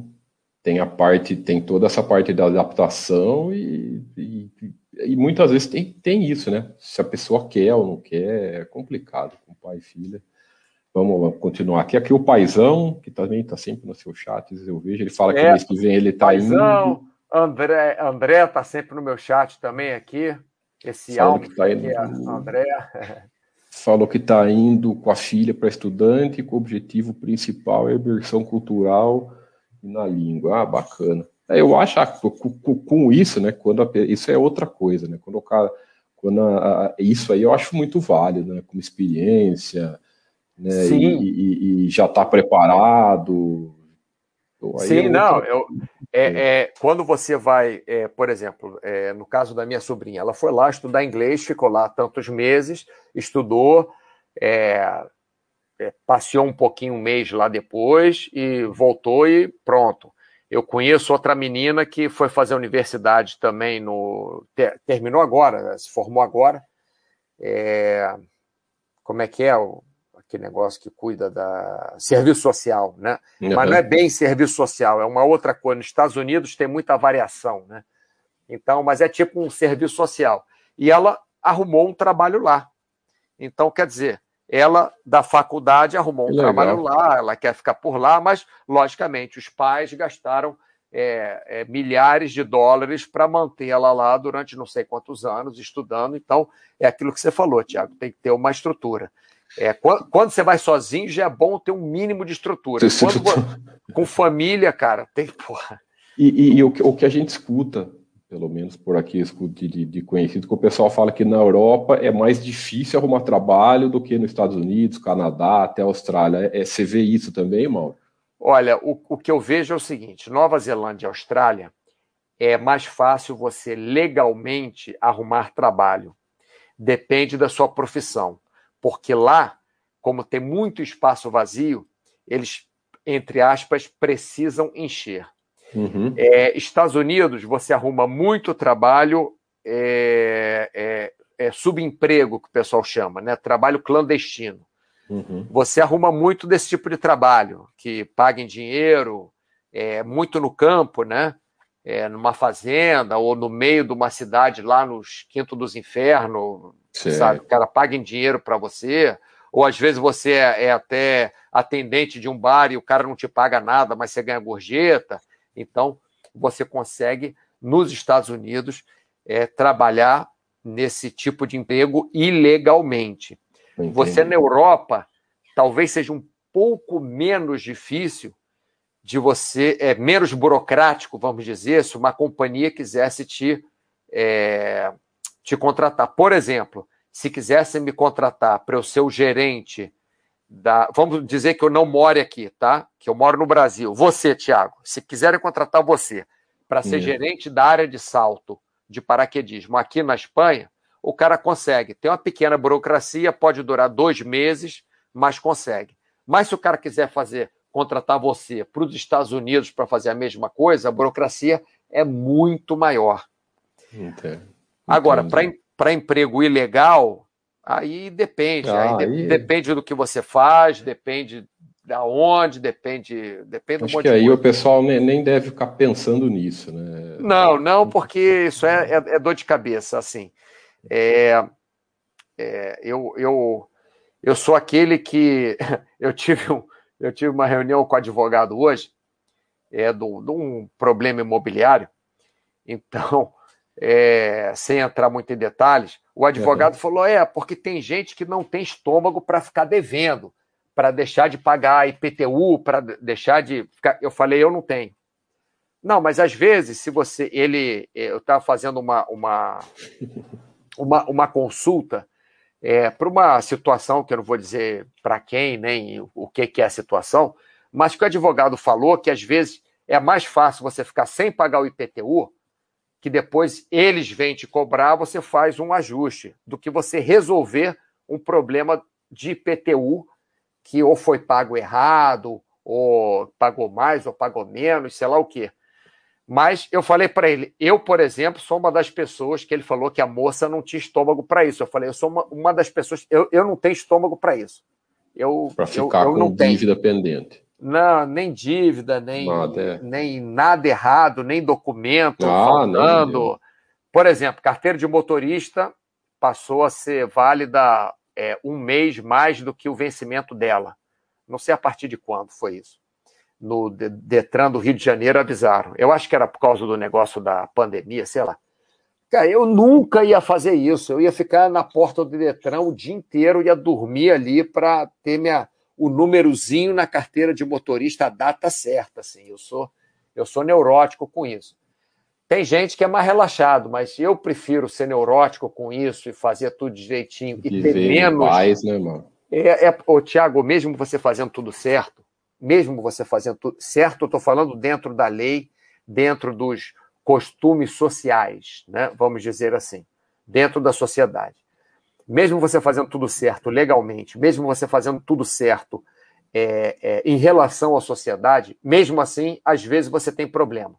tem toda essa parte da adaptação e muitas vezes tem isso, né? Se a pessoa quer ou não quer, é complicado com pai e filha. Vamos continuar aqui. Aqui o Paizão, que também está sempre no seu chat, eu vejo, ele fala que mês que vem ele está indo. André está sempre no meu chat também aqui. Esse alma que é André. Falou que está indo com a filha para estudante, com o objetivo principal é a imersão cultural e na língua. Ah, bacana. Eu acho com isso, né? Isso é outra coisa, né? Quando o cara, isso aí eu acho muito válido, né? Como experiência, né? Sim. E já está preparado. Sim, não. Quando você vai, por exemplo, no caso da minha sobrinha, ela foi lá estudar inglês, ficou lá tantos meses, estudou, passeou um pouquinho, um mês lá depois e voltou e pronto. Eu conheço outra menina que foi fazer universidade também, terminou agora, se formou agora. Como é que é aquele negócio que cuida da serviço social, né? Uhum. Mas não é bem serviço social, é uma outra coisa. Nos Estados Unidos tem muita variação, né? Então, mas é tipo um serviço social. E ela arrumou um trabalho lá. Então, quer dizer, ela da faculdade arrumou um trabalho lá, ela quer ficar por lá, mas, logicamente, os pais gastaram milhares de dólares para manter ela lá durante não sei quantos anos, estudando. Então, é aquilo que você falou, Tiago, tem que ter uma estrutura. Quando você vai sozinho, já é bom ter um mínimo de estrutura. Com família, cara, tem porra. E o que a gente escuta, pelo menos por aqui, escuto de conhecido, que o pessoal fala que na Europa é mais difícil arrumar trabalho do que nos Estados Unidos, Canadá, até Austrália. Você vê isso também, Mauro? Olha, o que eu vejo é o seguinte: Nova Zelândia e Austrália é mais fácil você legalmente arrumar trabalho. Depende da sua profissão. Porque lá, como tem muito espaço vazio, eles, entre aspas, precisam encher. Uhum. Estados Unidos, você arruma muito trabalho, subemprego, que o pessoal chama, né? Trabalho clandestino. Uhum. Você arruma muito desse tipo de trabalho, que paga em dinheiro, muito no campo, né? Numa fazenda ou no meio de uma cidade lá nos Quinto dos Infernos, sabe? O cara paga em dinheiro para você, ou às vezes você é até atendente de um bar e o cara não te paga nada, mas você ganha gorjeta. Então, você consegue, nos Estados Unidos, trabalhar nesse tipo de emprego ilegalmente. Entendi. Você, na Europa, talvez seja um pouco menos difícil de você, menos burocrático, vamos dizer, se uma companhia quisesse te contratar. Por exemplo, se quisesse me contratar para eu ser o gerente vamos dizer que eu não moro aqui, tá? Que eu moro no Brasil. Você, Tiago, se quiserem contratar você para ser gerente da área de salto de paraquedismo aqui na Espanha, o cara consegue. Tem uma pequena burocracia, pode durar 2 meses, mas consegue. Mas se o cara quiser contratar você para os Estados Unidos para fazer a mesma coisa, a burocracia é muito maior. Entendi. Agora, para emprego ilegal, aí depende. Depende do que você faz, depende da onde, depende do monte de coisa. O pessoal nem deve ficar pensando nisso, né? Não, porque isso é dor de cabeça, assim. Eu sou aquele que... Eu tive uma reunião com o advogado hoje, de um problema imobiliário. Então, sem entrar muito em detalhes, o advogado falou, porque tem gente que não tem estômago para ficar devendo, para deixar de pagar IPTU, para deixar de ficar... Eu falei, eu não tenho. Não, mas às vezes, se você... Eu estava fazendo uma consulta para uma situação, que eu não vou dizer para quem, nem o que é a situação, mas que o advogado falou que às vezes é mais fácil você ficar sem pagar o IPTU, que depois eles vêm te cobrar, você faz um ajuste, do que você resolver um problema de IPTU que ou foi pago errado, ou pagou mais, ou pagou menos, sei lá o quê. Mas eu falei para ele, eu, por exemplo, sou uma das pessoas que ele falou que a moça não tinha estômago para isso. Eu falei, eu sou uma das pessoas, eu não tenho estômago para isso. Para ficar com não dívida tenho. pendente. Não, nem dívida, nem nada errado, nem documento faltando. Nem. Por exemplo, carteira de motorista passou a ser válida um mês mais do que o vencimento dela. Não sei a partir de quando foi isso. No Detran do Rio de Janeiro avisaram. Eu acho que era por causa do negócio da pandemia, sei lá. Cara, eu nunca ia fazer isso. Eu ia ficar na porta do Detran o dia inteiro, ia dormir ali para ter o númerozinho na carteira de motorista, a data certa. Assim. Eu sou neurótico com isso. Tem gente que é mais relaxado, mas eu prefiro ser neurótico com isso e fazer tudo direitinho e ter menos... paz, né, irmão? Tiago, mesmo você fazendo tudo certo, eu estou falando dentro da lei, dentro dos costumes sociais, né? Vamos dizer assim, dentro da sociedade. Mesmo você fazendo tudo certo legalmente, mesmo você fazendo tudo certo em relação à sociedade, mesmo assim, às vezes você tem problema.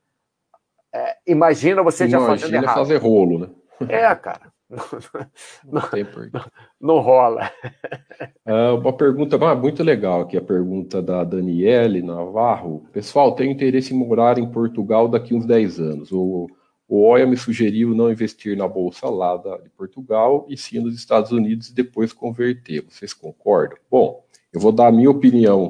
Imagina você já fazendo errado. Fazer rolo, né? Cara. Não rola. Uma pergunta muito legal aqui, a pergunta da Daniele Navarro. Pessoal, tenho interesse em morar em Portugal daqui uns 10 anos. O OIA me sugeriu não investir na bolsa lá de Portugal e sim nos Estados Unidos e depois converter. Vocês concordam? Bom, eu vou dar a minha opinião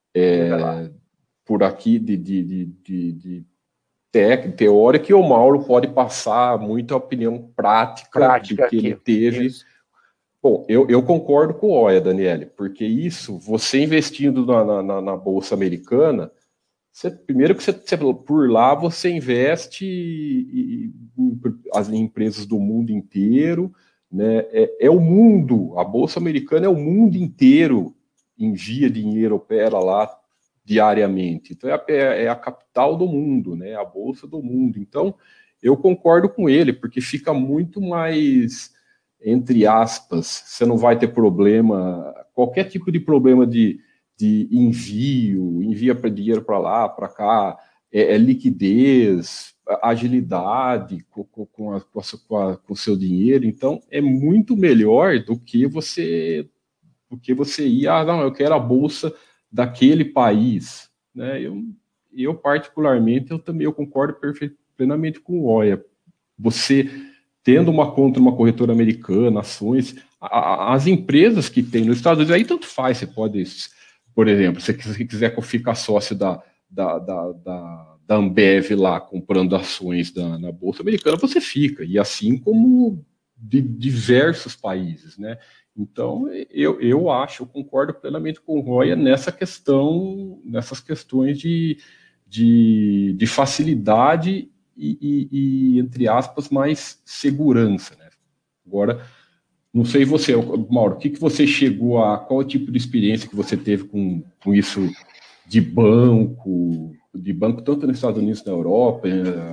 por aqui de teórica, e o Mauro pode passar muita opinião prática do que ele teve. Isso. Bom, eu concordo com o Oia, Daniele, porque isso, você investindo na Bolsa Americana, primeiro que você, por lá você investe em as empresas do mundo inteiro, né? É o mundo, a Bolsa Americana é o mundo inteiro, envia dinheiro, opera lá diariamente. Então é a capital do mundo, né? A Bolsa do mundo. Então, eu concordo com ele, porque fica muito mais... entre aspas, você não vai ter problema, qualquer tipo de problema de envia dinheiro para lá, para cá, liquidez, agilidade com o seu dinheiro. Então, é muito melhor do que você ir, não, eu quero a bolsa daquele país, né? Eu particularmente, eu concordo plenamente com o Oia. Você tendo uma conta numa corretora americana, ações, as empresas que tem nos Estados Unidos, aí tanto faz, você pode, por exemplo, se você quiser ficar sócio da Ambev lá, comprando ações na Bolsa Americana, você fica, e assim como de diversos países, né? Então, eu concordo plenamente com o Roya nessas questões de facilidade e, entre aspas, mais segurança, né? Agora, não sei você, Mauro, o que você chegou a... Qual o tipo de experiência que você teve com isso de banco tanto nos Estados Unidos, na Europa?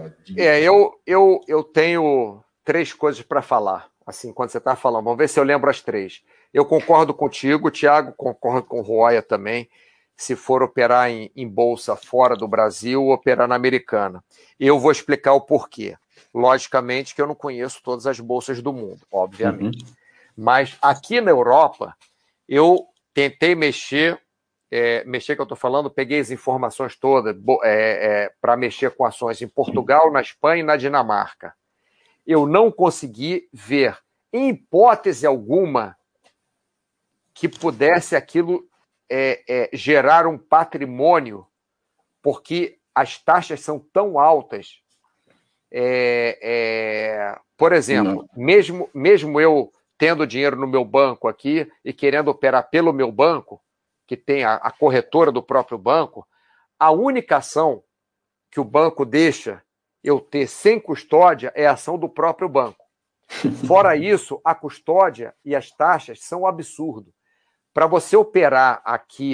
Eu tenho 3 coisas para falar, assim, quando você está falando. Vamos ver se eu lembro as 3. Eu concordo contigo, Tiago, concordo com o Roya também. Se for operar em bolsa fora do Brasil, operar na americana. Eu vou explicar o porquê. Logicamente que eu não conheço todas as bolsas do mundo, obviamente. Uhum. Mas aqui na Europa, eu tentei mexer que eu estou falando, peguei as informações todas para mexer com ações em Portugal, na Espanha e na Dinamarca. Eu não consegui ver, em hipótese alguma, que pudesse aquilo gerar um patrimônio, porque as taxas são tão altas por exemplo, mesmo eu tendo dinheiro no meu banco aqui e querendo operar pelo meu banco, que tem a corretora do próprio banco, a única ação que o banco deixa eu ter sem custódia é a ação do próprio banco. Fora isso, a custódia e as taxas são um absurdo. Para você operar aqui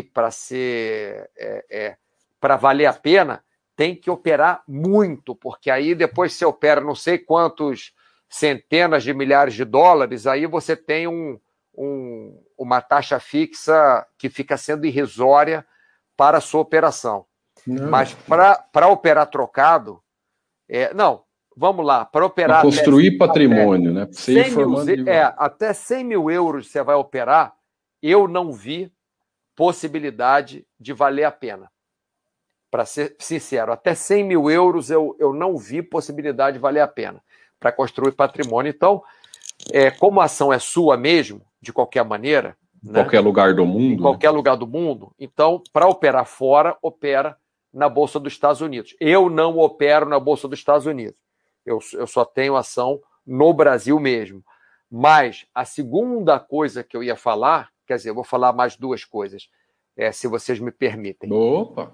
para valer a pena, tem que operar muito, porque aí depois você opera não sei quantos centenas de milhares de dólares, aí você tem uma taxa fixa que fica sendo irrisória para a sua operação. Não. Mas para operar trocado, vamos lá, para operar... Para construir patrimônio, né? Você ir formando até 100 mil euros você vai operar, eu não vi possibilidade de valer a pena. Para ser sincero, até 100 mil euros eu não vi possibilidade de valer a pena para construir patrimônio. Então, como a ação é sua mesmo, de qualquer maneira... Em qualquer lugar do mundo. Em qualquer lugar do mundo. Então, para operar fora, opera na Bolsa dos Estados Unidos. Eu não opero na Bolsa dos Estados Unidos. Eu só tenho ação no Brasil mesmo. Mas a segunda coisa que eu ia falar, quer dizer, eu vou falar mais duas coisas, se vocês me permitem. Opa!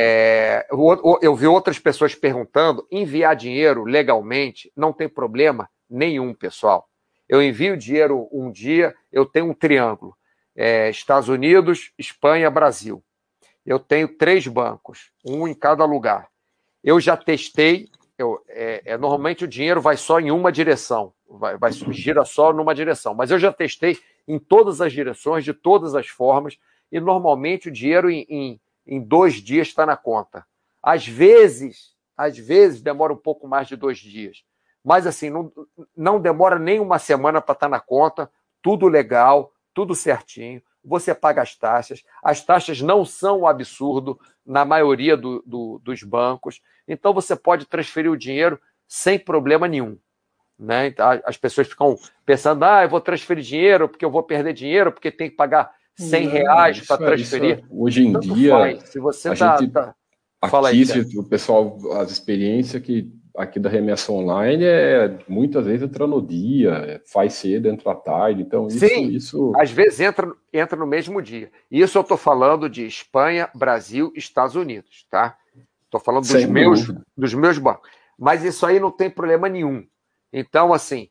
Eu vi outras pessoas perguntando, enviar dinheiro legalmente não tem problema nenhum, pessoal. Eu envio dinheiro um dia, eu tenho um triângulo. Estados Unidos, Espanha, Brasil. Eu tenho 3 bancos, um em cada lugar. Eu já testei, normalmente o dinheiro vai só em uma direção, gira só numa direção, mas eu já testei em todas as direções, de todas as formas, e normalmente o dinheiro em 2 dias está na conta. Às vezes demora um pouco mais de 2 dias, mas assim, não demora nem uma semana para estar na conta, tudo legal, tudo certinho, você paga as taxas não são um absurdo na maioria dos bancos, então você pode transferir o dinheiro sem problema nenhum. Né? As pessoas ficam pensando, eu vou transferir dinheiro porque eu vou perder dinheiro, porque tem que pagar R$100 para transferir. Hoje em dia, se você Fala aqui, aí, o pessoal, as experiências aqui da remessa online muitas vezes entra no dia, faz cedo, entra à tarde, então isso... às vezes entra no mesmo dia. Isso eu estou falando de Espanha, Brasil, Estados Unidos, tá? Estou falando dos meus bancos. Mas isso aí não tem problema nenhum. Então, assim,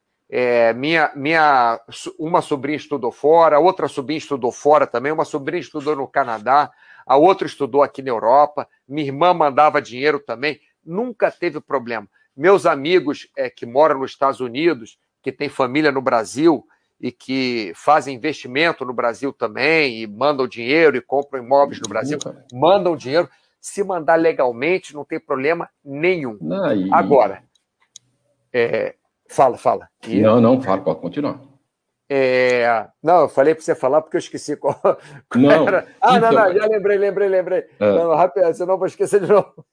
uma sobrinha estudou fora, outra sobrinha estudou fora também, uma sobrinha estudou no Canadá, a outra estudou aqui na Europa, minha irmã mandava dinheiro também, nunca teve problema. Meus amigos que moram nos Estados Unidos, que têm família no Brasil e que fazem investimento no Brasil também, e mandam dinheiro e compram imóveis no Brasil, mandam dinheiro. Se mandar legalmente, não tem problema nenhum. Agora, fala. Não, fala, pode continuar. Não, eu falei para você falar porque eu esqueci qual era. Já lembrei. Não, rápido, senão eu vou esquecer de novo.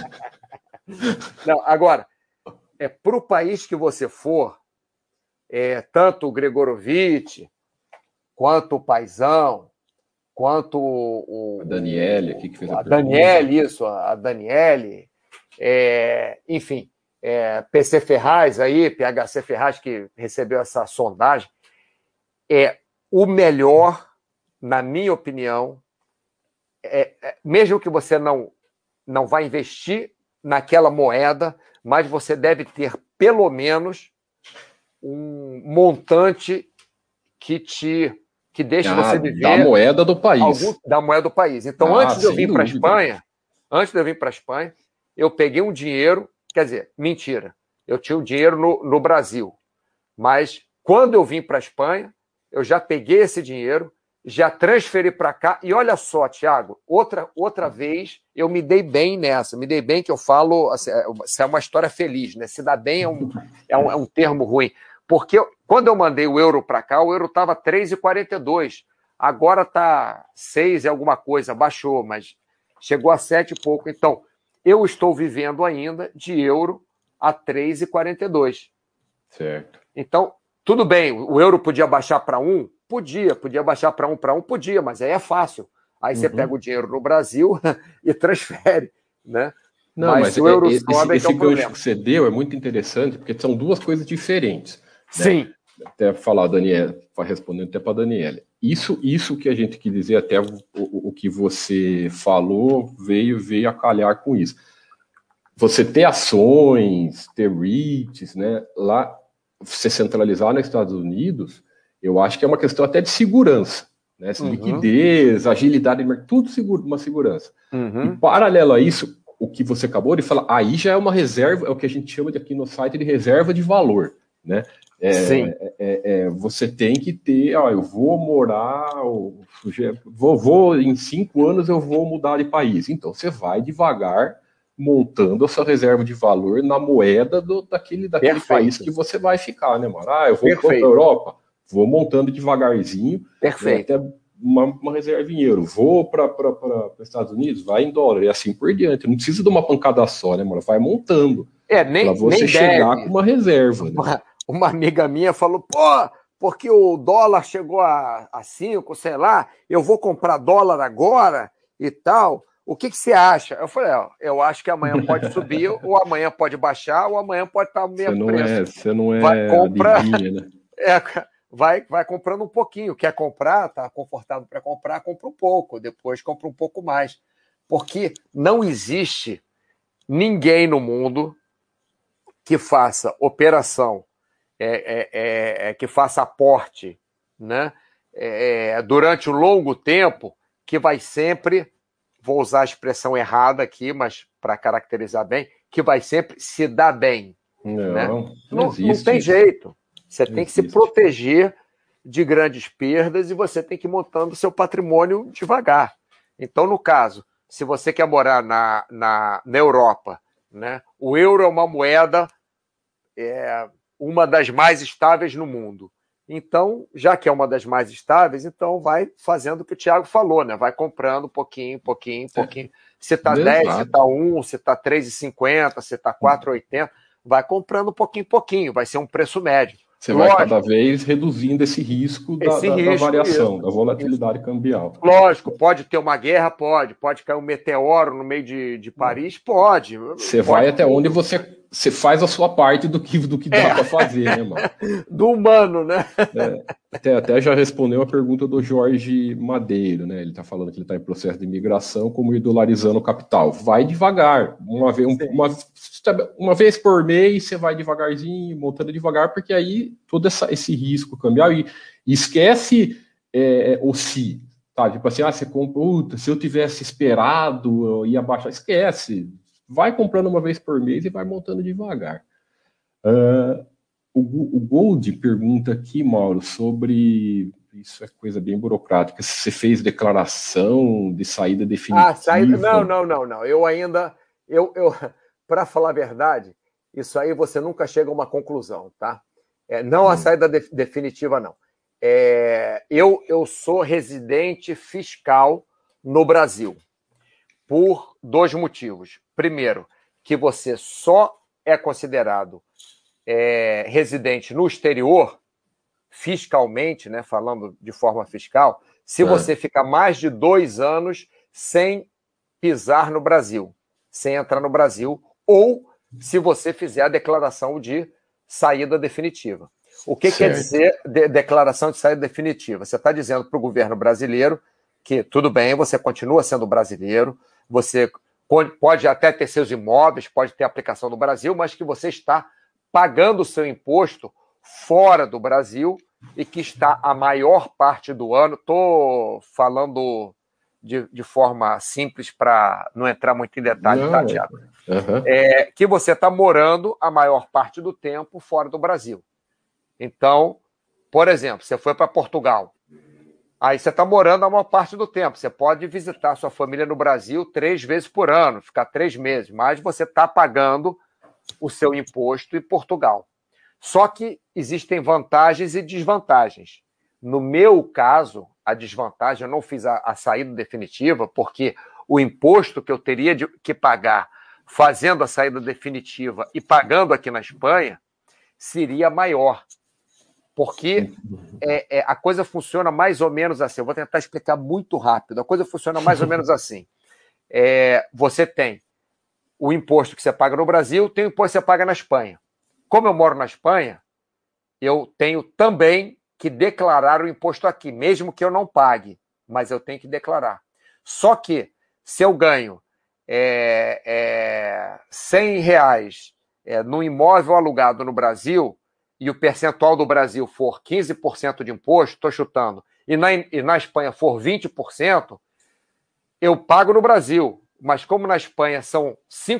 Não, agora, para o país que você for, tanto o Gregorovitch, quanto o Paizão, quanto a Daniele aqui que fez a Daniele, a Daniele, enfim, PC Ferraz aí, PHC Ferraz, que recebeu essa sondagem, o melhor, na minha opinião, mesmo que você não vá investir naquela moeda, mas você deve ter pelo menos um montante que deixe você viver da moeda do país. Da moeda do país. Então, antes de eu vir para a Espanha, eu peguei um dinheiro, quer dizer, mentira, eu tinha um dinheiro no Brasil, mas quando eu vim para a Espanha, eu já peguei esse dinheiro, já transferi para cá, e olha só, Thiago, outra vez eu me dei bem nessa, que eu falo, assim, é uma história feliz, né? Se dar bem é um termo ruim, porque quando eu mandei o euro para cá, o euro estava 3,42, agora está 6 e alguma coisa, baixou, mas chegou a 7 e pouco, então eu estou vivendo ainda de euro a 3,42. Certo. Então, tudo bem, o euro podia baixar para 1? Podia baixar para 1, podia, mas aí é fácil. Aí você pega o dinheiro no Brasil e transfere, né? Não, mas mas se o euro sobe, é que é esse o gancho problema. que você deu é muito interessante, porque são duas coisas diferentes. Né? Sim. Até falar, Daniela, respondendo até para a Daniela. Isso que a gente quis dizer, até o que você falou, veio a calhar com isso. Você ter ações, ter REITs, né? Lá, você centralizar nos Estados Unidos, eu acho que é uma questão até de segurança. Né? Liquidez, agilidade, tudo uma segurança. E paralelo a isso, o que você acabou de falar, aí já é uma reserva, é o que a gente chama de, aqui no site de reserva de valor. Né? Sim. Você tem que ter, eu vou morar, em 5 anos eu vou mudar de país. Então você vai devagar montando a sua reserva de valor na moeda daquele país que você vai ficar, né, mano? Eu vou para a Europa, vou montando devagarzinho, né, até uma reserva em euro. Vou para os Estados Unidos, vai em dólar, e assim por diante. Não precisa de uma pancada só, né, mano? Vai montando. Para você nem chegar deve. com uma reserva. Né? Uma amiga minha falou, porque o dólar chegou a 5, sei lá, eu vou comprar dólar agora e tal. O que você acha? Eu falei, eu acho que amanhã pode subir, ou amanhã pode baixar, ou amanhã pode estar no mesmo preço. Você não é adivinha, né? Vai comprando um pouquinho. Quer comprar, tá confortável para comprar, compra um pouco. Depois compra um pouco mais. Porque não existe ninguém no mundo que faça operação, que faça aporte, né? Durante um longo tempo, que vai sempre, vou usar a expressão errada aqui, mas para caracterizar bem, que vai sempre se dar bem. Não tem jeito. Você tem que se proteger de grandes perdas e você tem que ir montando seu patrimônio devagar. Então, no caso, se você quer morar na Europa, né, o euro é uma moeda, uma das mais estáveis no mundo. Então, já que é uma das mais estáveis, então vai fazendo o que o Thiago falou, né? Vai comprando pouquinho. Se está 10, se está 1, se está 3,50, se está 4,80, vai comprando pouquinho, vai ser um preço médio. Você vai cada vez reduzindo esse risco da variação, da volatilidade cambial. Lógico, pode ter uma guerra, pode cair um meteoro no meio de Paris, pode. Você vai até onde você faz a sua parte do que dá para fazer, né, mano? Do humano, né? Até já respondeu a pergunta do Jorge Madeiro, né? Ele está falando que ele está em processo de imigração, como ir dolarizando o capital. Vai devagar, uma vez por mês você vai devagarzinho, montando devagar, porque aí todo esse risco cambial, e esquece o se. Tá, tipo assim, você compra, se eu tivesse esperado, eu ia baixar. Esquece. Vai comprando uma vez por mês e vai montando devagar. O Gold pergunta aqui, Mauro, sobre. Isso é coisa bem burocrática. Se você fez declaração de saída definitiva. Não. Eu ainda. Para falar a verdade, isso aí você nunca chega a uma conclusão, tá? Não a saída definitiva, não. Eu sou residente fiscal no Brasil por 2 motivos. Primeiro, que você só é considerado residente no exterior, fiscalmente, né, falando de forma fiscal, se você ficar mais de 2 anos sem pisar no Brasil, sem entrar no Brasil, ou se você fizer a declaração de saída definitiva. O que quer dizer declaração de saída definitiva? Você está dizendo para o governo brasileiro que, tudo bem, você continua sendo brasileiro, você pode até ter seus imóveis, pode ter aplicação no Brasil, mas que você está pagando o seu imposto fora do Brasil e que está a maior parte do ano, estou falando de forma simples para não entrar muito em detalhe, tá, Thiago? Que você está morando a maior parte do tempo fora do Brasil. Então, por exemplo, você foi para Portugal, aí você está morando a maior parte do tempo, você pode visitar sua família no Brasil 3 vezes por ano, ficar 3 meses, mas você está pagando o seu imposto em Portugal. Só que existem vantagens e desvantagens. No meu caso, a desvantagem, eu não fiz a saída definitiva, porque o imposto que eu teria que pagar fazendo a saída definitiva e pagando aqui na Espanha seria maior. Porque a coisa funciona mais ou menos assim. Eu vou tentar explicar muito rápido. A coisa funciona mais ou menos assim. Você tem o imposto que você paga no Brasil, tem o imposto que você paga na Espanha. Como eu moro na Espanha, eu tenho também que declarar o imposto aqui, mesmo que eu não pague, mas eu tenho que declarar. Só que, se eu ganho R$ 100 no imóvel alugado no Brasil, e o percentual do Brasil for 15% de imposto, estou chutando, e na Espanha for 20%, eu pago no Brasil. Mas como na Espanha são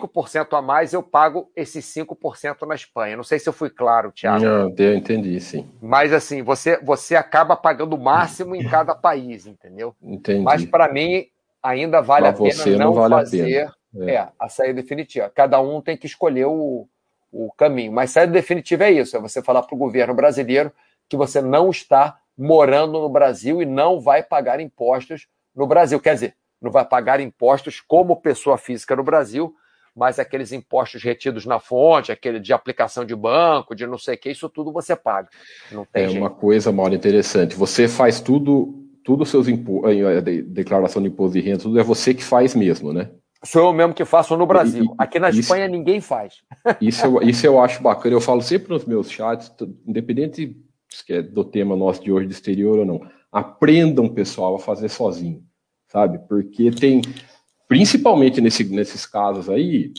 5% a mais, eu pago esses 5% na Espanha. Não sei se eu fui claro, Thiago. Não, eu entendi, sim. Mas assim, você acaba pagando o máximo em cada país, entendeu? Entendi. Mas para mim ainda vale Pra a pena você não não vale a fazer pena. a saída definitiva. Cada um tem que escolher o caminho. Mas saída definitiva é isso, é você falar para o governo brasileiro que você não está morando no Brasil e não vai pagar impostos no Brasil. Quer dizer, não vai pagar impostos como pessoa física no Brasil, mas aqueles impostos retidos na fonte, aquele de aplicação de banco, de não sei o que, isso tudo você paga. Não tem jeito. Uma coisa, Mauro, interessante. Você faz tudo seus declaração de imposto de renda, tudo é você que faz mesmo, né? Sou eu mesmo que faço no Brasil. Aqui na Espanha ninguém faz. Isso eu acho bacana. Eu falo sempre nos meus chats, independente se é do tema nosso de hoje, de exterior ou não, aprendam, pessoal, a fazer sozinho, sabe? Porque tem, principalmente nesses casos aí,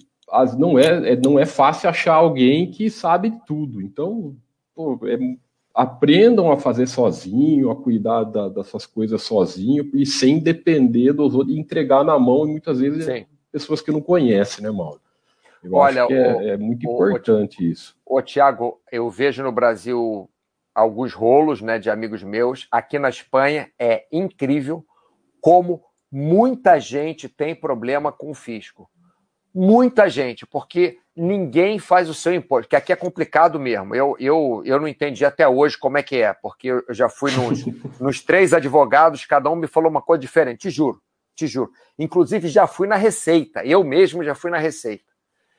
não é fácil achar alguém que sabe tudo. Então, pô, aprendam a fazer sozinho, a cuidar das suas coisas sozinho e sem depender dos outros, e entregar na mão, e muitas vezes Sim. pessoas que não conhecem, né, Mauro? Eu acho Olha, que é muito importante isso. Tiago, eu vejo no Brasil alguns rolos, né, de amigos meus. Aqui na Espanha é incrível como muita gente tem problema com o fisco. Muita gente, porque ninguém faz o seu imposto, que aqui é complicado mesmo. Eu não entendi até hoje como é que é, porque eu já fui nos 3 advogados, cada um me falou uma coisa diferente, te juro, te juro. Inclusive já fui na Receita, eu mesmo já fui na Receita.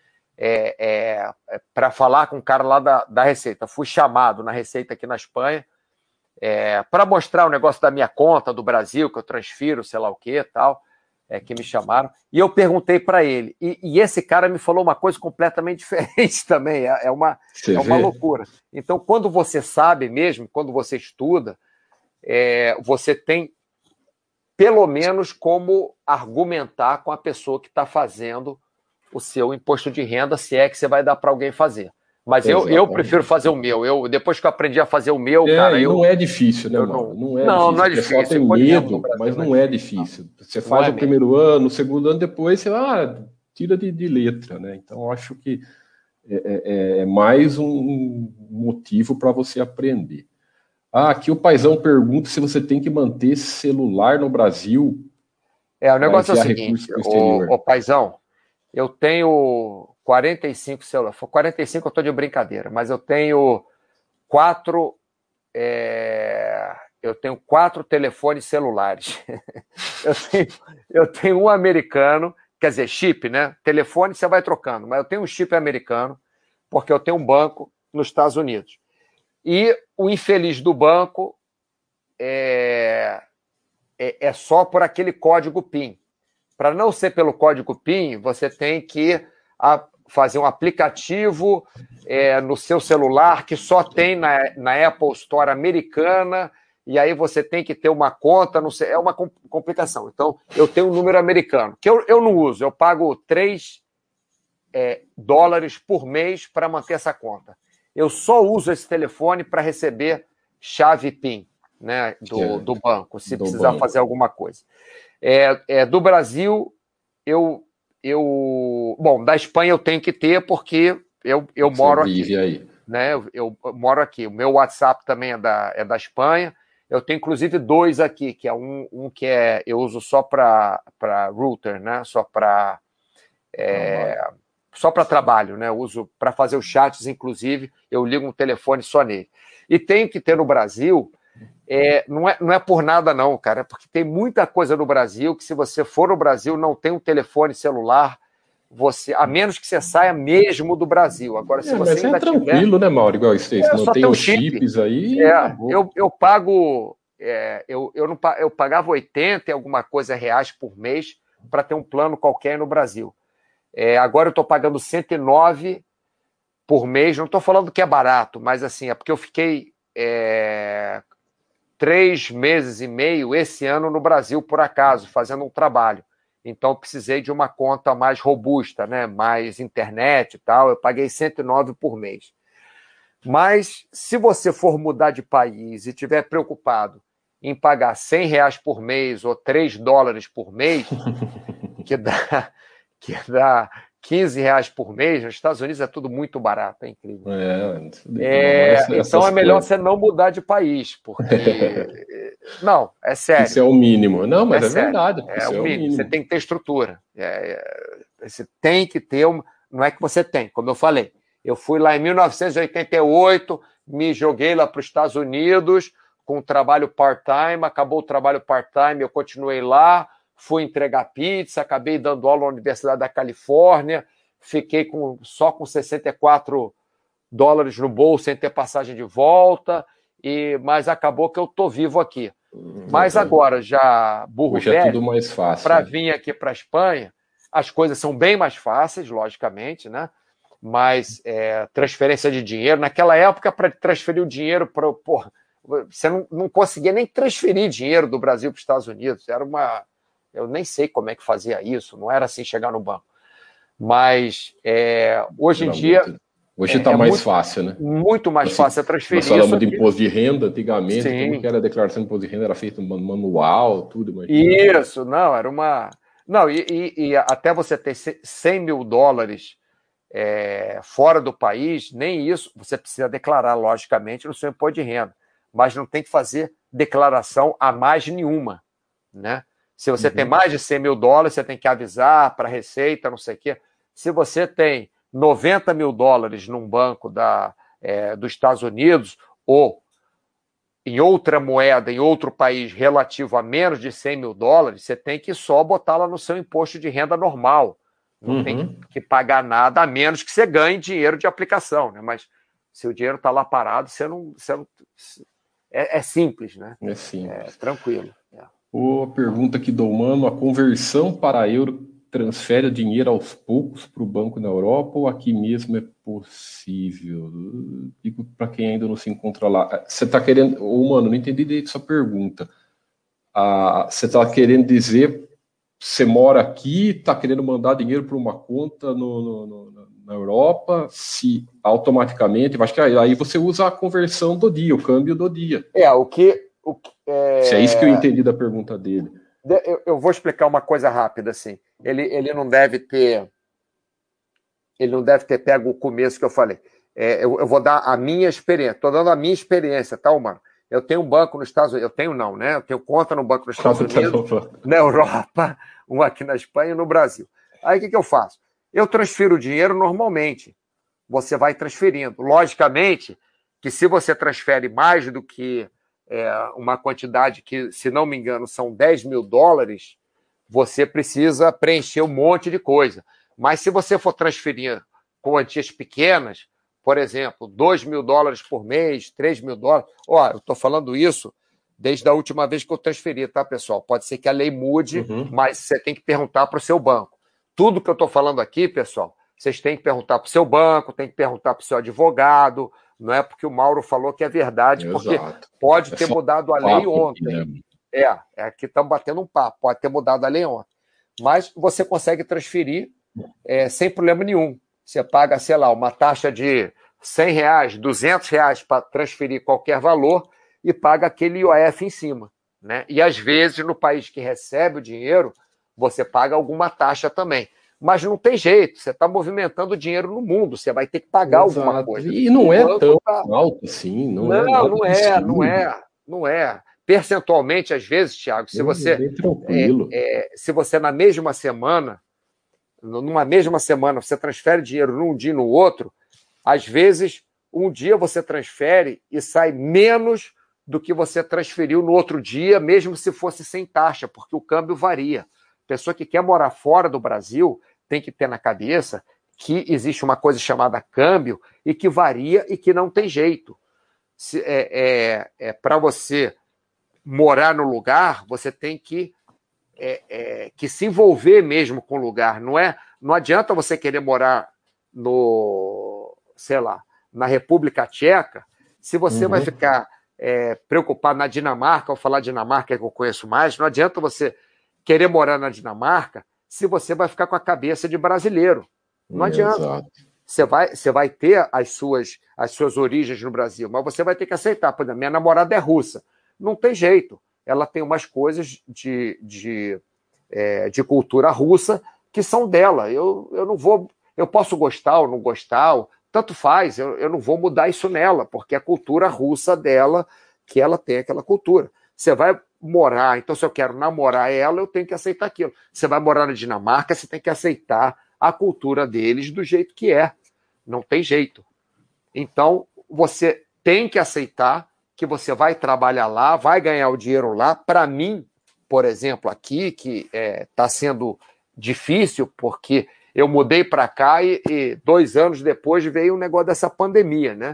Para falar com o cara lá da Receita. Fui chamado na Receita aqui na Espanha para mostrar o negócio da minha conta do Brasil, que eu transfiro, sei lá o que tal, que me chamaram. E eu perguntei para ele. E esse cara me falou uma coisa completamente diferente também. É uma loucura. Então, quando você sabe mesmo, quando você estuda, você tem pelo menos como argumentar com a pessoa que está fazendo o seu imposto de renda, se é que você vai dar para alguém fazer. Mas eu prefiro fazer o meu. Depois que eu aprendi a fazer o meu, cara... não é difícil, né, Mauro? Não é difícil. O pessoal tem medo, mas não é difícil. Você faz o primeiro ano, o segundo ano, depois você tira de letra, né? Então, eu acho que é mais um motivo para você aprender. Aqui o Paizão pergunta se você tem que manter celular no Brasil. O negócio é o seguinte, o Paizão, eu tenho 45 celulares. 45 eu estou de brincadeira, mas eu tenho 4 telefones celulares. eu tenho um americano, quer dizer, chip, né? Telefone você vai trocando, mas eu tenho um chip americano, porque eu tenho um banco nos Estados Unidos. E o infeliz do banco é só por aquele código PIN. Para não ser pelo código PIN, você tem que fazer um aplicativo no seu celular que só tem na Apple Store americana, e aí você tem que ter uma conta, não sei, é uma complicação. Então, eu tenho um número americano, que eu não uso, eu pago $3 por mês para manter essa conta. Eu só uso esse telefone para receber chave PIN, né, do banco, se precisar fazer alguma coisa. Do Brasil, bom, da Espanha eu tenho que ter porque eu moro aqui. Aí. Né? Eu moro aqui. O meu WhatsApp também é da Espanha. Eu tenho, inclusive, 2 aqui, que é um que eu uso só para router, né? Só para trabalho, né? Eu uso para fazer os chats, inclusive, eu ligo um telefone só nele. E tenho que ter no Brasil... não é por nada não, cara, porque tem muita coisa no Brasil que se você for no Brasil não tem um telefone celular, a menos que você saia mesmo do Brasil. Agora, se você mas ainda tranquilo, né, Mauro? Igual você mantém os chips aí. Eu pago, eu pagava 80 e alguma coisa reais por mês para ter um plano qualquer no Brasil. Agora eu estou pagando 109 por mês. Não estou falando que é barato, mas assim, é porque eu fiquei 3 meses e meio esse ano no Brasil, por acaso, fazendo um trabalho. Então, eu precisei de uma conta mais robusta, né? Mais internet e tal. Eu paguei 109 por mês. Mas, se você for mudar de país e estiver preocupado em pagar R$ 100 por mês ou $3 por mês, que dá R$ 15 por mês, nos Estados Unidos é tudo muito barato, é incrível. Então, é melhor você não mudar de país, porque... Não, é sério. Isso é o mínimo. Não, mas é sério. verdade. É isso o é o mínimo. mínimo. Você tem que ter estrutura. Você tem que ter... Não é que você tem, como eu falei. Eu fui lá em 1988, me joguei lá para os Estados Unidos com um trabalho part-time, acabou o trabalho part-time, eu continuei lá, fui entregar pizza, acabei dando aula na Universidade da Califórnia, fiquei só com $64 no bolso, sem ter passagem de volta, mas acabou que eu estou vivo aqui. Mas agora, já burro hoje é tudo mais fácil. Para vir aqui para a Espanha, as coisas são bem mais fáceis, logicamente, né? Mas transferência de dinheiro, naquela época, para transferir o dinheiro você não conseguia nem transferir dinheiro do Brasil para os Estados Unidos. Eu nem sei como é que fazia isso, não era assim chegar no banco. Mas hoje em dia... Hoje está mais fácil, né? Muito mais fácil transferir. Nós falamos de imposto de renda antigamente, Sim. como que era a declaração de imposto de renda? Era feita manual, tudo. Imagina. Isso, não, era uma... Não, e até você ter $100 mil fora do país, nem isso você precisa declarar, logicamente, no seu imposto de renda. Mas não tem que fazer declaração a mais nenhuma, né? Se você tem mais de $100 mil, você tem que avisar para a Receita, não sei o quê. Se você tem $90 mil num banco dos Estados Unidos ou em outra moeda, em outro país relativo a menos de $100 mil, você tem que só botar lá no seu imposto de renda normal. Não tem que pagar nada, a menos que você ganhe dinheiro de aplicação, né? Mas se o dinheiro está lá parado, você não é simples, né? É simples. Tranquilo. A pergunta aqui do Humano: a conversão para euro transfere dinheiro aos poucos para o banco na Europa ou aqui mesmo é possível? Digo para quem ainda não se encontra lá. Você está querendo... Mano, não entendi direito sua pergunta. Você está querendo dizer, você mora aqui, está querendo mandar dinheiro para uma conta na Europa, se automaticamente... Acho que aí você usa a conversão do dia, o câmbio do dia. Se é isso que eu entendi da pergunta dele. Eu vou explicar uma coisa rápida, assim. Ele não deve ter pego o começo que eu falei. Eu vou dar a minha experiência. Estou dando a minha experiência, tá, Humano? Eu tenho um banco nos Estados Unidos. Eu tenho não, né? Eu tenho conta no banco nos Estados Unidos, na Europa, um aqui na Espanha e no Brasil. Aí, o que eu faço? Eu transfiro o dinheiro normalmente. Você vai transferindo. Logicamente que se você transfere mais do que uma quantidade que, se não me engano, são $10 mil, você precisa preencher um monte de coisa. Mas se você for transferir quantias pequenas, por exemplo, $2 mil por mês, $3 mil, eu estou falando isso desde a última vez que eu transferi, tá, pessoal? Pode ser que a lei mude, mas você tem que perguntar para o seu banco. Tudo que eu estou falando aqui, pessoal, vocês têm que perguntar para o seu banco, tem que perguntar para o seu advogado. Não é porque o Mauro falou que é verdade, porque pode ter mudado a lei ontem. Aqui estamos batendo um papo, pode ter mudado a lei ontem. Mas você consegue transferir sem problema nenhum. Você paga, sei lá, uma taxa de R$100, R$200 para transferir qualquer valor e paga aquele IOF em cima, né? E às vezes, no país que recebe o dinheiro, você paga alguma taxa também. Mas não tem jeito, você está movimentando dinheiro no mundo, você vai ter que pagar alguma coisa. E não é tão alto assim, não é. Percentualmente, às vezes, Thiago, se você na mesma semana, numa mesma semana, você transfere dinheiro num dia e no outro, às vezes, um dia você transfere e sai menos do que você transferiu no outro dia, mesmo se fosse sem taxa, porque o câmbio varia. Pessoa que quer morar fora do Brasil tem que ter na cabeça que existe uma coisa chamada câmbio e que varia e que não tem jeito. Para você morar no lugar, você tem que se envolver mesmo com o lugar. Não é, Não adianta você querer morar no, sei lá, na República Tcheca, se você vai ficar preocupado na Dinamarca, ao falar Dinamarca que eu conheço mais, não adianta você querer morar na Dinamarca se você vai ficar com a cabeça de brasileiro. Não adianta. Exato. Você vai ter as suas origens no Brasil, mas você vai ter que aceitar. Por exemplo, minha namorada é russa. Não tem jeito. Ela tem umas coisas de cultura russa que são dela. Eu não vou. Eu posso gostar ou não gostar, tanto faz, eu não vou mudar isso nela, porque é a cultura russa dela, que ela tem aquela cultura. Você vai morar, então se eu quero namorar ela, eu tenho que aceitar aquilo. Você vai morar na Dinamarca, você tem que aceitar a cultura deles do jeito que é. Não tem jeito. Então, você tem que aceitar que você vai trabalhar lá, vai ganhar o dinheiro lá. Para mim, por exemplo, aqui, que está sendo difícil, porque eu mudei para cá e 2 anos depois veio o negócio dessa pandemia, né?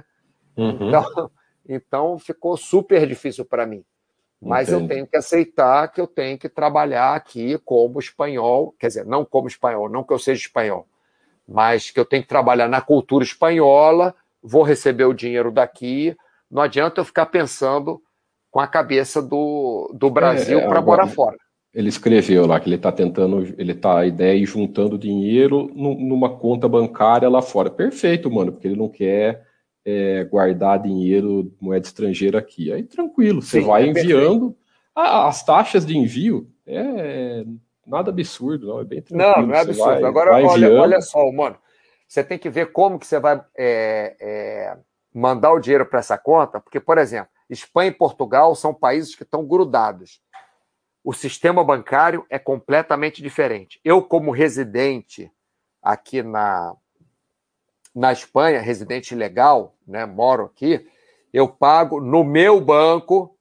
Então ficou super difícil para mim. Mas eu tenho que aceitar que eu tenho que trabalhar aqui como espanhol, quer dizer, não como espanhol, não que eu seja espanhol, mas que eu tenho que trabalhar na cultura espanhola, vou receber o dinheiro daqui, não adianta eu ficar pensando com a cabeça do Brasil para morar fora. Ele escreveu lá que ele está tentando, a ideia é ir juntando dinheiro numa conta bancária lá fora. Perfeito, mano, porque ele não quer guardar dinheiro, moeda estrangeira aqui. Aí tranquilo, você vai enviando. As taxas de envio nada absurdo, não, é bem tranquilo. Não é absurdo. Agora, olha só, mano, você tem que ver como que você vai mandar o dinheiro para essa conta, porque, por exemplo, Espanha e Portugal são países que estão grudados. O sistema bancário é completamente diferente. Eu, como residente aqui na Espanha, residente legal, né, moro aqui, eu pago no meu banco,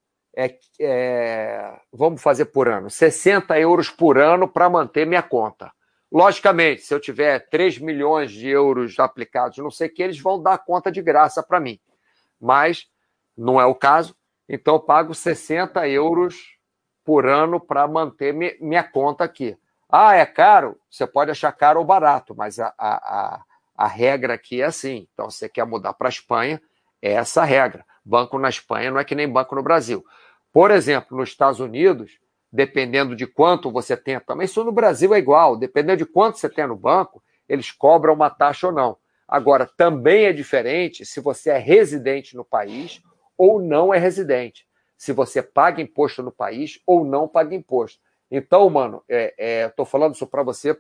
vamos fazer por ano, 60 euros por ano para manter minha conta. Logicamente, se eu tiver 3 milhões de euros aplicados, não sei o que, eles vão dar conta de graça para mim. Mas não é o caso, então eu pago 60 euros por ano para manter minha conta aqui. Ah, é caro? Você pode achar caro ou barato, mas a regra aqui é assim. Então, se você quer mudar para a Espanha, é essa a regra. Banco na Espanha não é que nem banco no Brasil. Por exemplo, nos Estados Unidos, dependendo de quanto você tem, também isso no Brasil é igual, dependendo de quanto você tem no banco, eles cobram uma taxa ou não. Agora, também é diferente se você é residente no país ou não é residente. Se você paga imposto no país ou não paga imposto. Então, mano, estou falando isso para você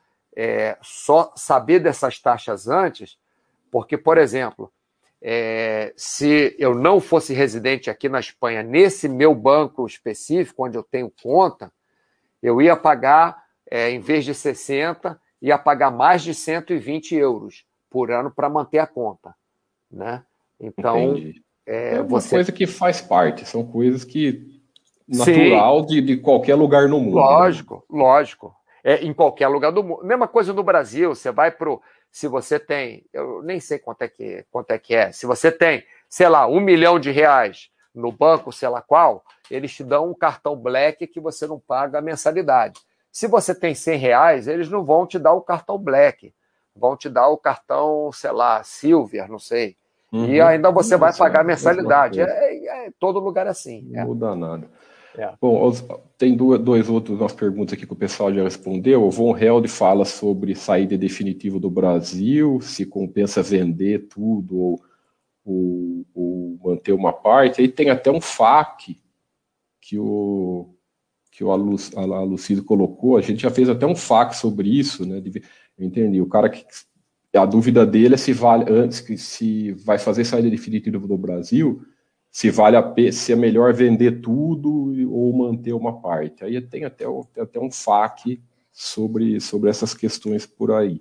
só saber dessas taxas antes, porque, por exemplo, se eu não fosse residente aqui na Espanha, nesse meu banco específico, onde eu tenho conta, eu ia pagar, em vez de 60, ia pagar mais de 120 euros por ano para manter a conta, né? Então, Entendi. É uma coisa que faz parte, são coisas que natural de qualquer lugar no mundo. Lógico. Em qualquer lugar do mundo. Mesma coisa no Brasil, você vai se você tem, eu nem sei quanto é que é, se você tem, sei lá, R$1 milhão no banco, sei lá qual, eles te dão um cartão Black que você não paga a mensalidade. Se você tem R$100, eles não vão te dar o cartão Black, vão te dar o cartão, sei lá, Silver, não sei. E ainda você vai pagar a mensalidade. Todo lugar assim. Não muda nada. Bom, tem duas outras perguntas aqui que o pessoal já respondeu. O Von Held fala sobre saída definitiva do Brasil, se compensa vender tudo ou manter uma parte. Aí tem até um FAQ que a Lucílio colocou. A gente já fez até um FAQ sobre isso, né? Eu entendi. O cara que a dúvida dele é se vai fazer saída definitiva do Brasil, se é melhor vender tudo ou manter uma parte. Aí tem até um FAQ sobre essas questões por aí.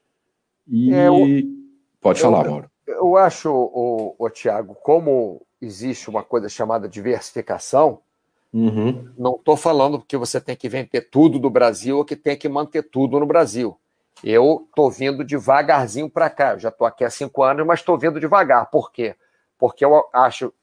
Pode falar, Mauro. Eu acho, Tiago, como existe uma coisa chamada diversificação, não estou falando que você tem que vender tudo do Brasil ou que tem que manter tudo no Brasil. Eu estou vindo devagarzinho para cá. Eu já estou aqui há 5 anos, mas estou vindo devagar. Por quê? Porque eu acho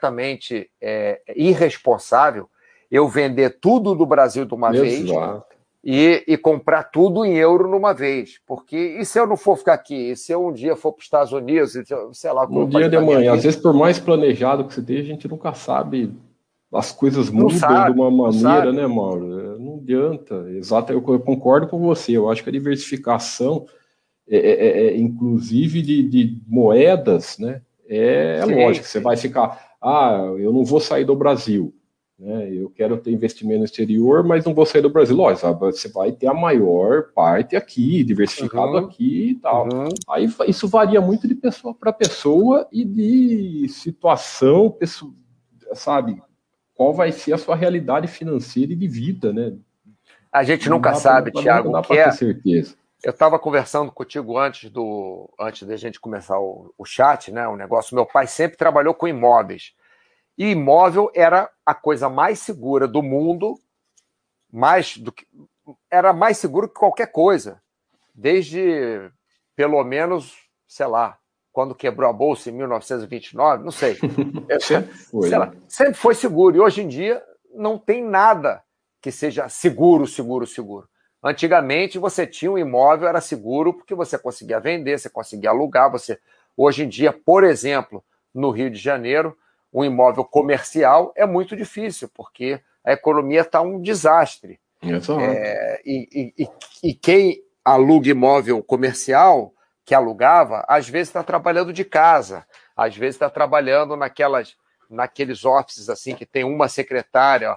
completamente irresponsável eu vender tudo do Brasil de uma vez e comprar tudo em euro numa vez. Porque, e se eu não for ficar aqui? E se eu um dia for para os Estados Unidos, sei lá o que eu No vou dia fazer de da minha amanhã, às vida? vezes, por mais planejado que você tenha, a gente nunca sabe. As coisas Não mudam de sabe, uma não maneira, sabe. né, Mauro? Não adianta. Exato, eu concordo com você. Eu acho que a diversificação, inclusive de moedas, né, é Sim, lógico. Você sim. vai ficar, eu não vou sair do Brasil, né? Eu quero ter investimento no exterior, mas não vou sair do Brasil. Lógico, você vai ter a maior parte aqui, diversificado Uhum, aqui e tal. uhum. Aí isso varia muito de pessoa para pessoa e de situação, sabe? Qual vai ser a sua realidade financeira e de vida, né? A gente Não nunca dá, sabe, nunca Thiago, o dá que para ter é. certeza. Eu estava conversando contigo antes da gente começar o chat, né? O negócio. Meu pai sempre trabalhou com imóveis. E imóvel era a coisa mais segura do mundo, era mais seguro que qualquer coisa. Desde, pelo menos, sei lá, quando quebrou a bolsa em 1929, não sei. Sempre foi, Sei né? lá, sempre foi seguro. E hoje em dia não tem nada que seja seguro, seguro, seguro. Antigamente você tinha um imóvel, era seguro porque você conseguia vender, você conseguia alugar. Hoje em dia, por exemplo, no Rio de Janeiro, um imóvel comercial é muito difícil, porque a economia está um desastre. Exato. E quem aluga imóvel comercial, que alugava, às vezes está trabalhando de casa, às vezes está trabalhando naqueles offices assim que tem uma secretária,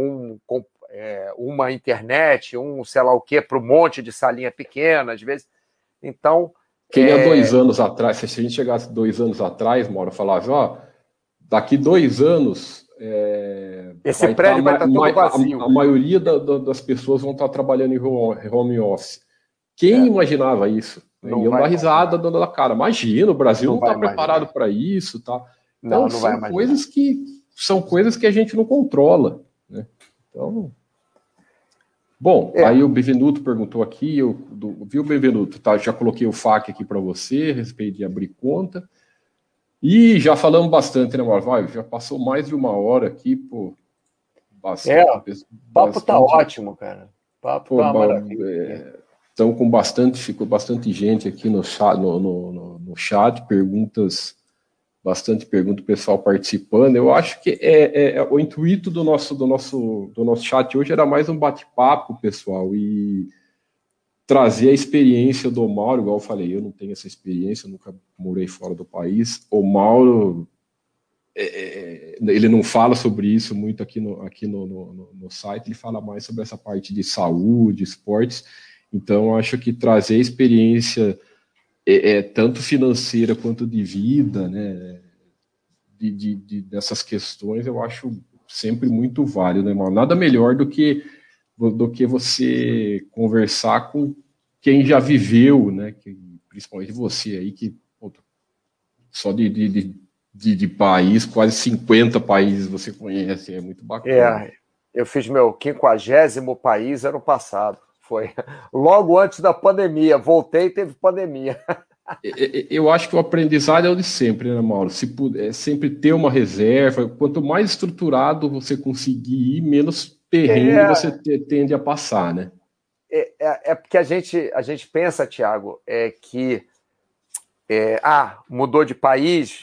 uma internet, sei lá o quê, para um monte de salinha pequena, às vezes. Então, Quem há 2 anos atrás, se a gente chegasse 2 anos atrás, Mauro, falava, daqui 2 anos esse vai estar prédio vai estar todo vazio. a maioria das pessoas vão estar trabalhando em home office. Quem É, imaginava isso? Né? não Iam vai dar risada imaginar. dando na cara. Imagina, o Brasil Não não vai está preparado imaginar. para isso, tá? Então Não, não vai imaginar. são coisas que a gente não controla, né? Então, bom, É, aí o Bevenuto perguntou aqui, viu, Bevenuto? Tá, já coloquei o FAQ aqui para você, a respeito de abrir conta. E já falamos bastante, né, Mauro? Vai, já passou mais de 1 hora aqui, pô, o papo tá bastante, ótimo, cara. O papo pô, tá uma maravilha. estão com ficou bastante gente aqui no chat, no chat, bastante pergunta, o pessoal participando. Eu acho que o intuito do nosso chat hoje era mais um bate-papo, pessoal, e trazer a experiência do Mauro, igual eu falei, eu não tenho essa experiência, eu nunca morei fora do país. O Mauro, ele não fala sobre isso muito aqui no site, ele fala mais sobre essa parte de saúde, esportes. Então, acho que trazer a experiência tanto financeira quanto de vida, né, dessas questões, eu acho sempre muito válido, né, Mauro? Nada melhor do que você conversar com quem já viveu, né? Principalmente você aí, que só de país, quase 50 países você conhece, é muito bacana. Eu fiz meu 50º país ano passado. Foi logo antes da pandemia. Voltei e teve pandemia. Eu acho que o aprendizado é o de sempre, né, Mauro? Se puder, sempre ter uma reserva. Quanto mais estruturado você conseguir ir, menos perrengue você tende a passar, né? É porque a gente pensa, Thiago, que mudou de país,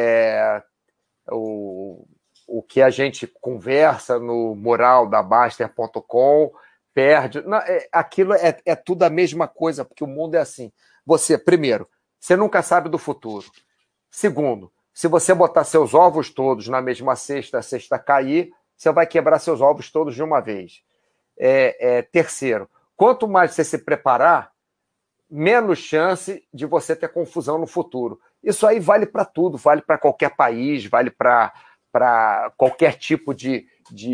o que a gente conversa no mural da Baster.com perde. Não, aquilo é tudo a mesma coisa, porque o mundo é assim. Primeiro, você nunca sabe do futuro. Segundo, se você botar seus ovos todos na mesma cesta, a cesta cair, você vai quebrar seus ovos todos de uma vez. Terceiro, quanto mais você se preparar, menos chance de você ter confusão no futuro. Isso aí vale para tudo, vale para qualquer país, vale para qualquer tipo de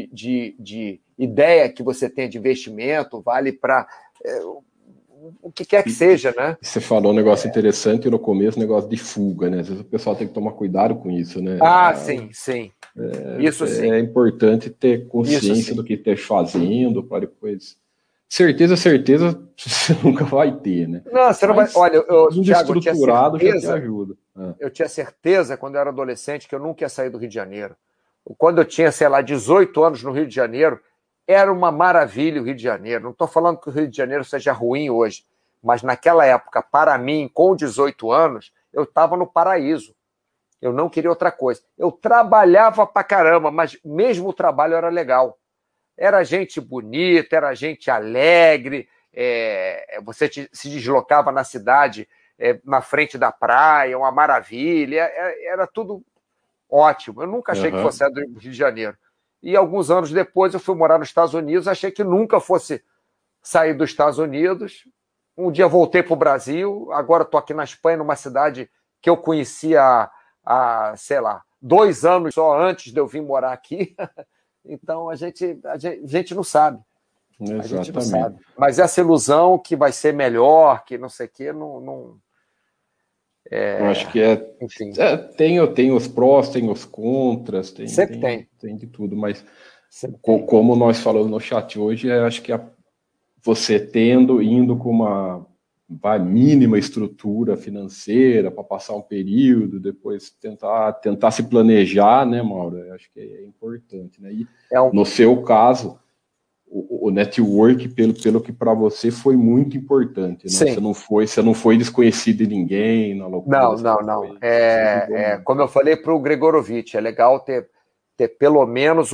ideia que você tenha de investimento, vale para o que quer que seja, né? Você falou um negócio interessante no começo, um negócio de fuga, né? Às vezes o pessoal tem que tomar cuidado com isso, né? Sim, sim. Isso sim. É importante ter consciência do que está fazendo para depois. Certeza, você nunca vai ter, né? Não, você não vai. Olha, Thiago, estruturado já te ajuda. Eu tinha certeza, quando eu era adolescente, que eu nunca ia sair do Rio de Janeiro. Quando eu tinha, sei lá, 18 anos no Rio de Janeiro, era uma maravilha o Rio de Janeiro. Não estou falando que o Rio de Janeiro seja ruim hoje, mas naquela época, para mim, com 18 anos, eu estava no paraíso. Eu não queria outra coisa. Eu trabalhava pra caramba, mas mesmo o trabalho era legal. Era gente bonita, era gente alegre, você se deslocava na cidade, na frente da praia, uma maravilha, era tudo ótimo. Eu nunca achei que fosse do Rio de Janeiro. E alguns anos depois eu fui morar nos Estados Unidos, achei que nunca fosse sair dos Estados Unidos. Um dia voltei para o Brasil, agora estou aqui na Espanha, numa cidade que eu conhecia há, sei lá, 2 anos só antes de eu vir morar aqui. Então a gente não sabe. Exatamente. A gente não sabe. Mas essa ilusão que vai ser melhor, que não sei o quê, não. Eu acho que enfim. Tem os prós, tem os contras, tem de tudo, mas como nós falamos no chat hoje, acho que você indo com uma mínima estrutura financeira para passar um período, depois tentar se planejar, né, Mauro? Eu acho que é importante, né? E no seu caso, o network, pelo que para você foi muito importante, né? Sim. Você não foi desconhecido de ninguém na loucura. Não. Como eu falei para o Gregorovitch, é legal ter pelo menos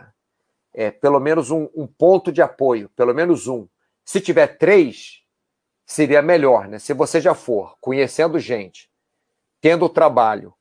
um ponto de apoio, pelo menos um. Se tiver 3, seria melhor, né? Se você já for conhecendo gente, tendo trabalho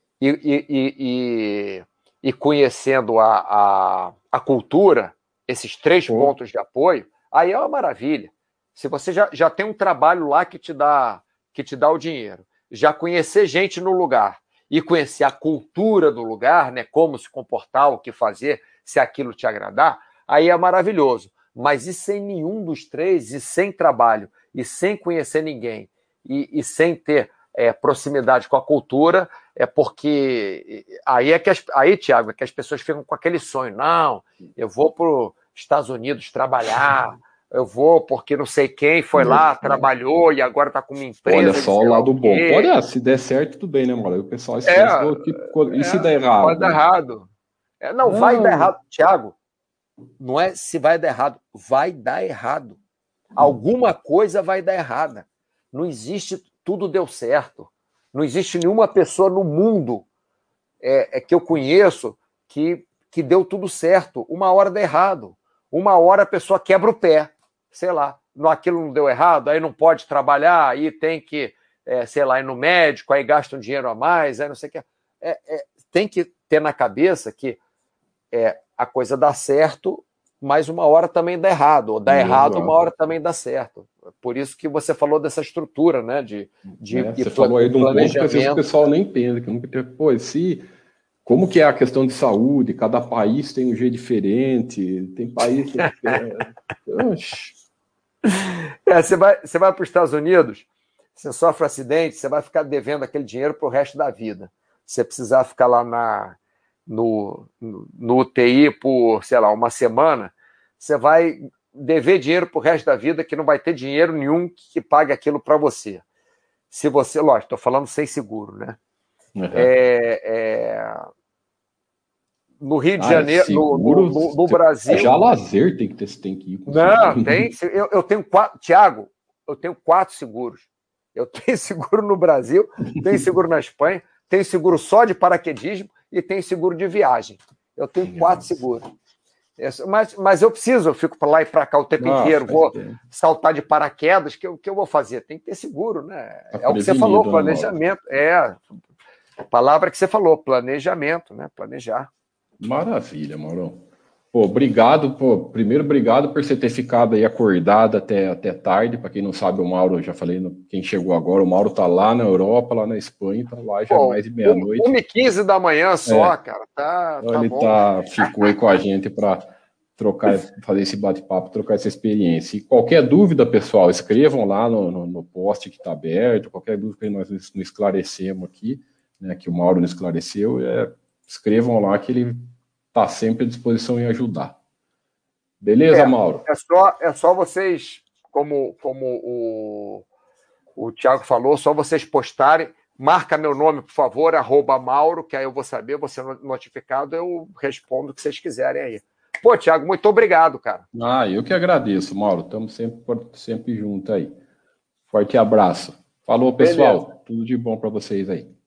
e conhecendo a cultura, esses 3 pontos de apoio, aí é uma maravilha. Se você já tem um trabalho lá que te dá o dinheiro, já conhecer gente no lugar e conhecer a cultura do lugar, né, como se comportar, o que fazer, se aquilo te agradar, aí é maravilhoso. Mas e sem nenhum dos 3, e sem trabalho, e sem conhecer ninguém, e sem ter proximidade com a cultura, porque aí, Tiago, é que as pessoas ficam com aquele sonho. Não, eu vou para os Estados Unidos trabalhar, eu vou porque não sei quem foi lá, trabalhou e agora está com uma empresa. Olha só o lado bom. Se der certo, tudo bem, né, Mauro? O pessoal esquece e se der errado? Pode dar errado. Não, vai dar errado. Tiago, não é se vai dar errado, vai dar errado. Alguma coisa vai dar errada. Não existe tudo deu certo. Não existe nenhuma pessoa no mundo que eu conheço que deu tudo certo. Uma hora dá errado. Uma hora a pessoa quebra o pé. Sei lá, aquilo não deu errado, aí não pode trabalhar, aí tem que, sei lá, ir no médico, aí gasta um dinheiro a mais, aí não sei o que. Tem que ter na cabeça que a coisa dá certo, mas uma hora também dá errado, ou dá errado, uma hora também dá certo. Por isso que você falou dessa estrutura, né? Você falou aí de um ponto que às vezes o pessoal nem pensa, que nunca teve, como que é a questão de saúde? Cada país tem um jeito diferente, tem país que você vai para os Estados Unidos, você sofre um acidente, você vai ficar devendo aquele dinheiro para o resto da vida. Você precisar ficar lá no UTI por, sei lá, uma semana, você vai dever dinheiro para o resto da vida, que não vai ter dinheiro nenhum que pague aquilo para você. Se você, lógico, estou falando sem seguro, né? No Rio de Janeiro, seguro, no Brasil... Já lazer tem que ir. Não, tem. Eu tenho 4... Tiago, eu tenho 4 seguros. Eu tenho seguro no Brasil, tenho seguro na Espanha, tenho seguro só de paraquedismo e tenho seguro de viagem. Eu tenho 4 seguros. Mas eu fico para lá e para cá o tempo inteiro, vou saltar de paraquedas, que eu vou fazer? Tem que ter seguro, né? É o que você falou, planejamento. A palavra que você falou, planejamento, né? Planejar. Maravilha, Maurão. Obrigado, primeiro, obrigado por você ter ficado aí acordado até tarde. Para quem não sabe, o Mauro, já falei, quem chegou agora, o Mauro tá lá na Europa, lá na Espanha, tá lá já mais de meia-noite. 1h15 da manhã só, cara. Tá ele bom. Ficou aí com a gente para fazer esse bate-papo, trocar essa experiência. E qualquer dúvida, pessoal, escrevam lá no post que está aberto, qualquer dúvida que nós não esclarecemos aqui, né, que o Mauro não esclareceu, escrevam lá que ele está sempre à disposição em ajudar. Beleza, Mauro? É só vocês, como o Thiago falou, só vocês postarem, marca meu nome, por favor, @Mauro, que aí eu vou saber, vou ser notificado, eu respondo o que vocês quiserem aí. Pô, Thiago, muito obrigado, cara. Eu que agradeço, Mauro. Estamos sempre juntos aí. Forte abraço. Falou, Beleza. pessoal. Tudo de bom para vocês aí.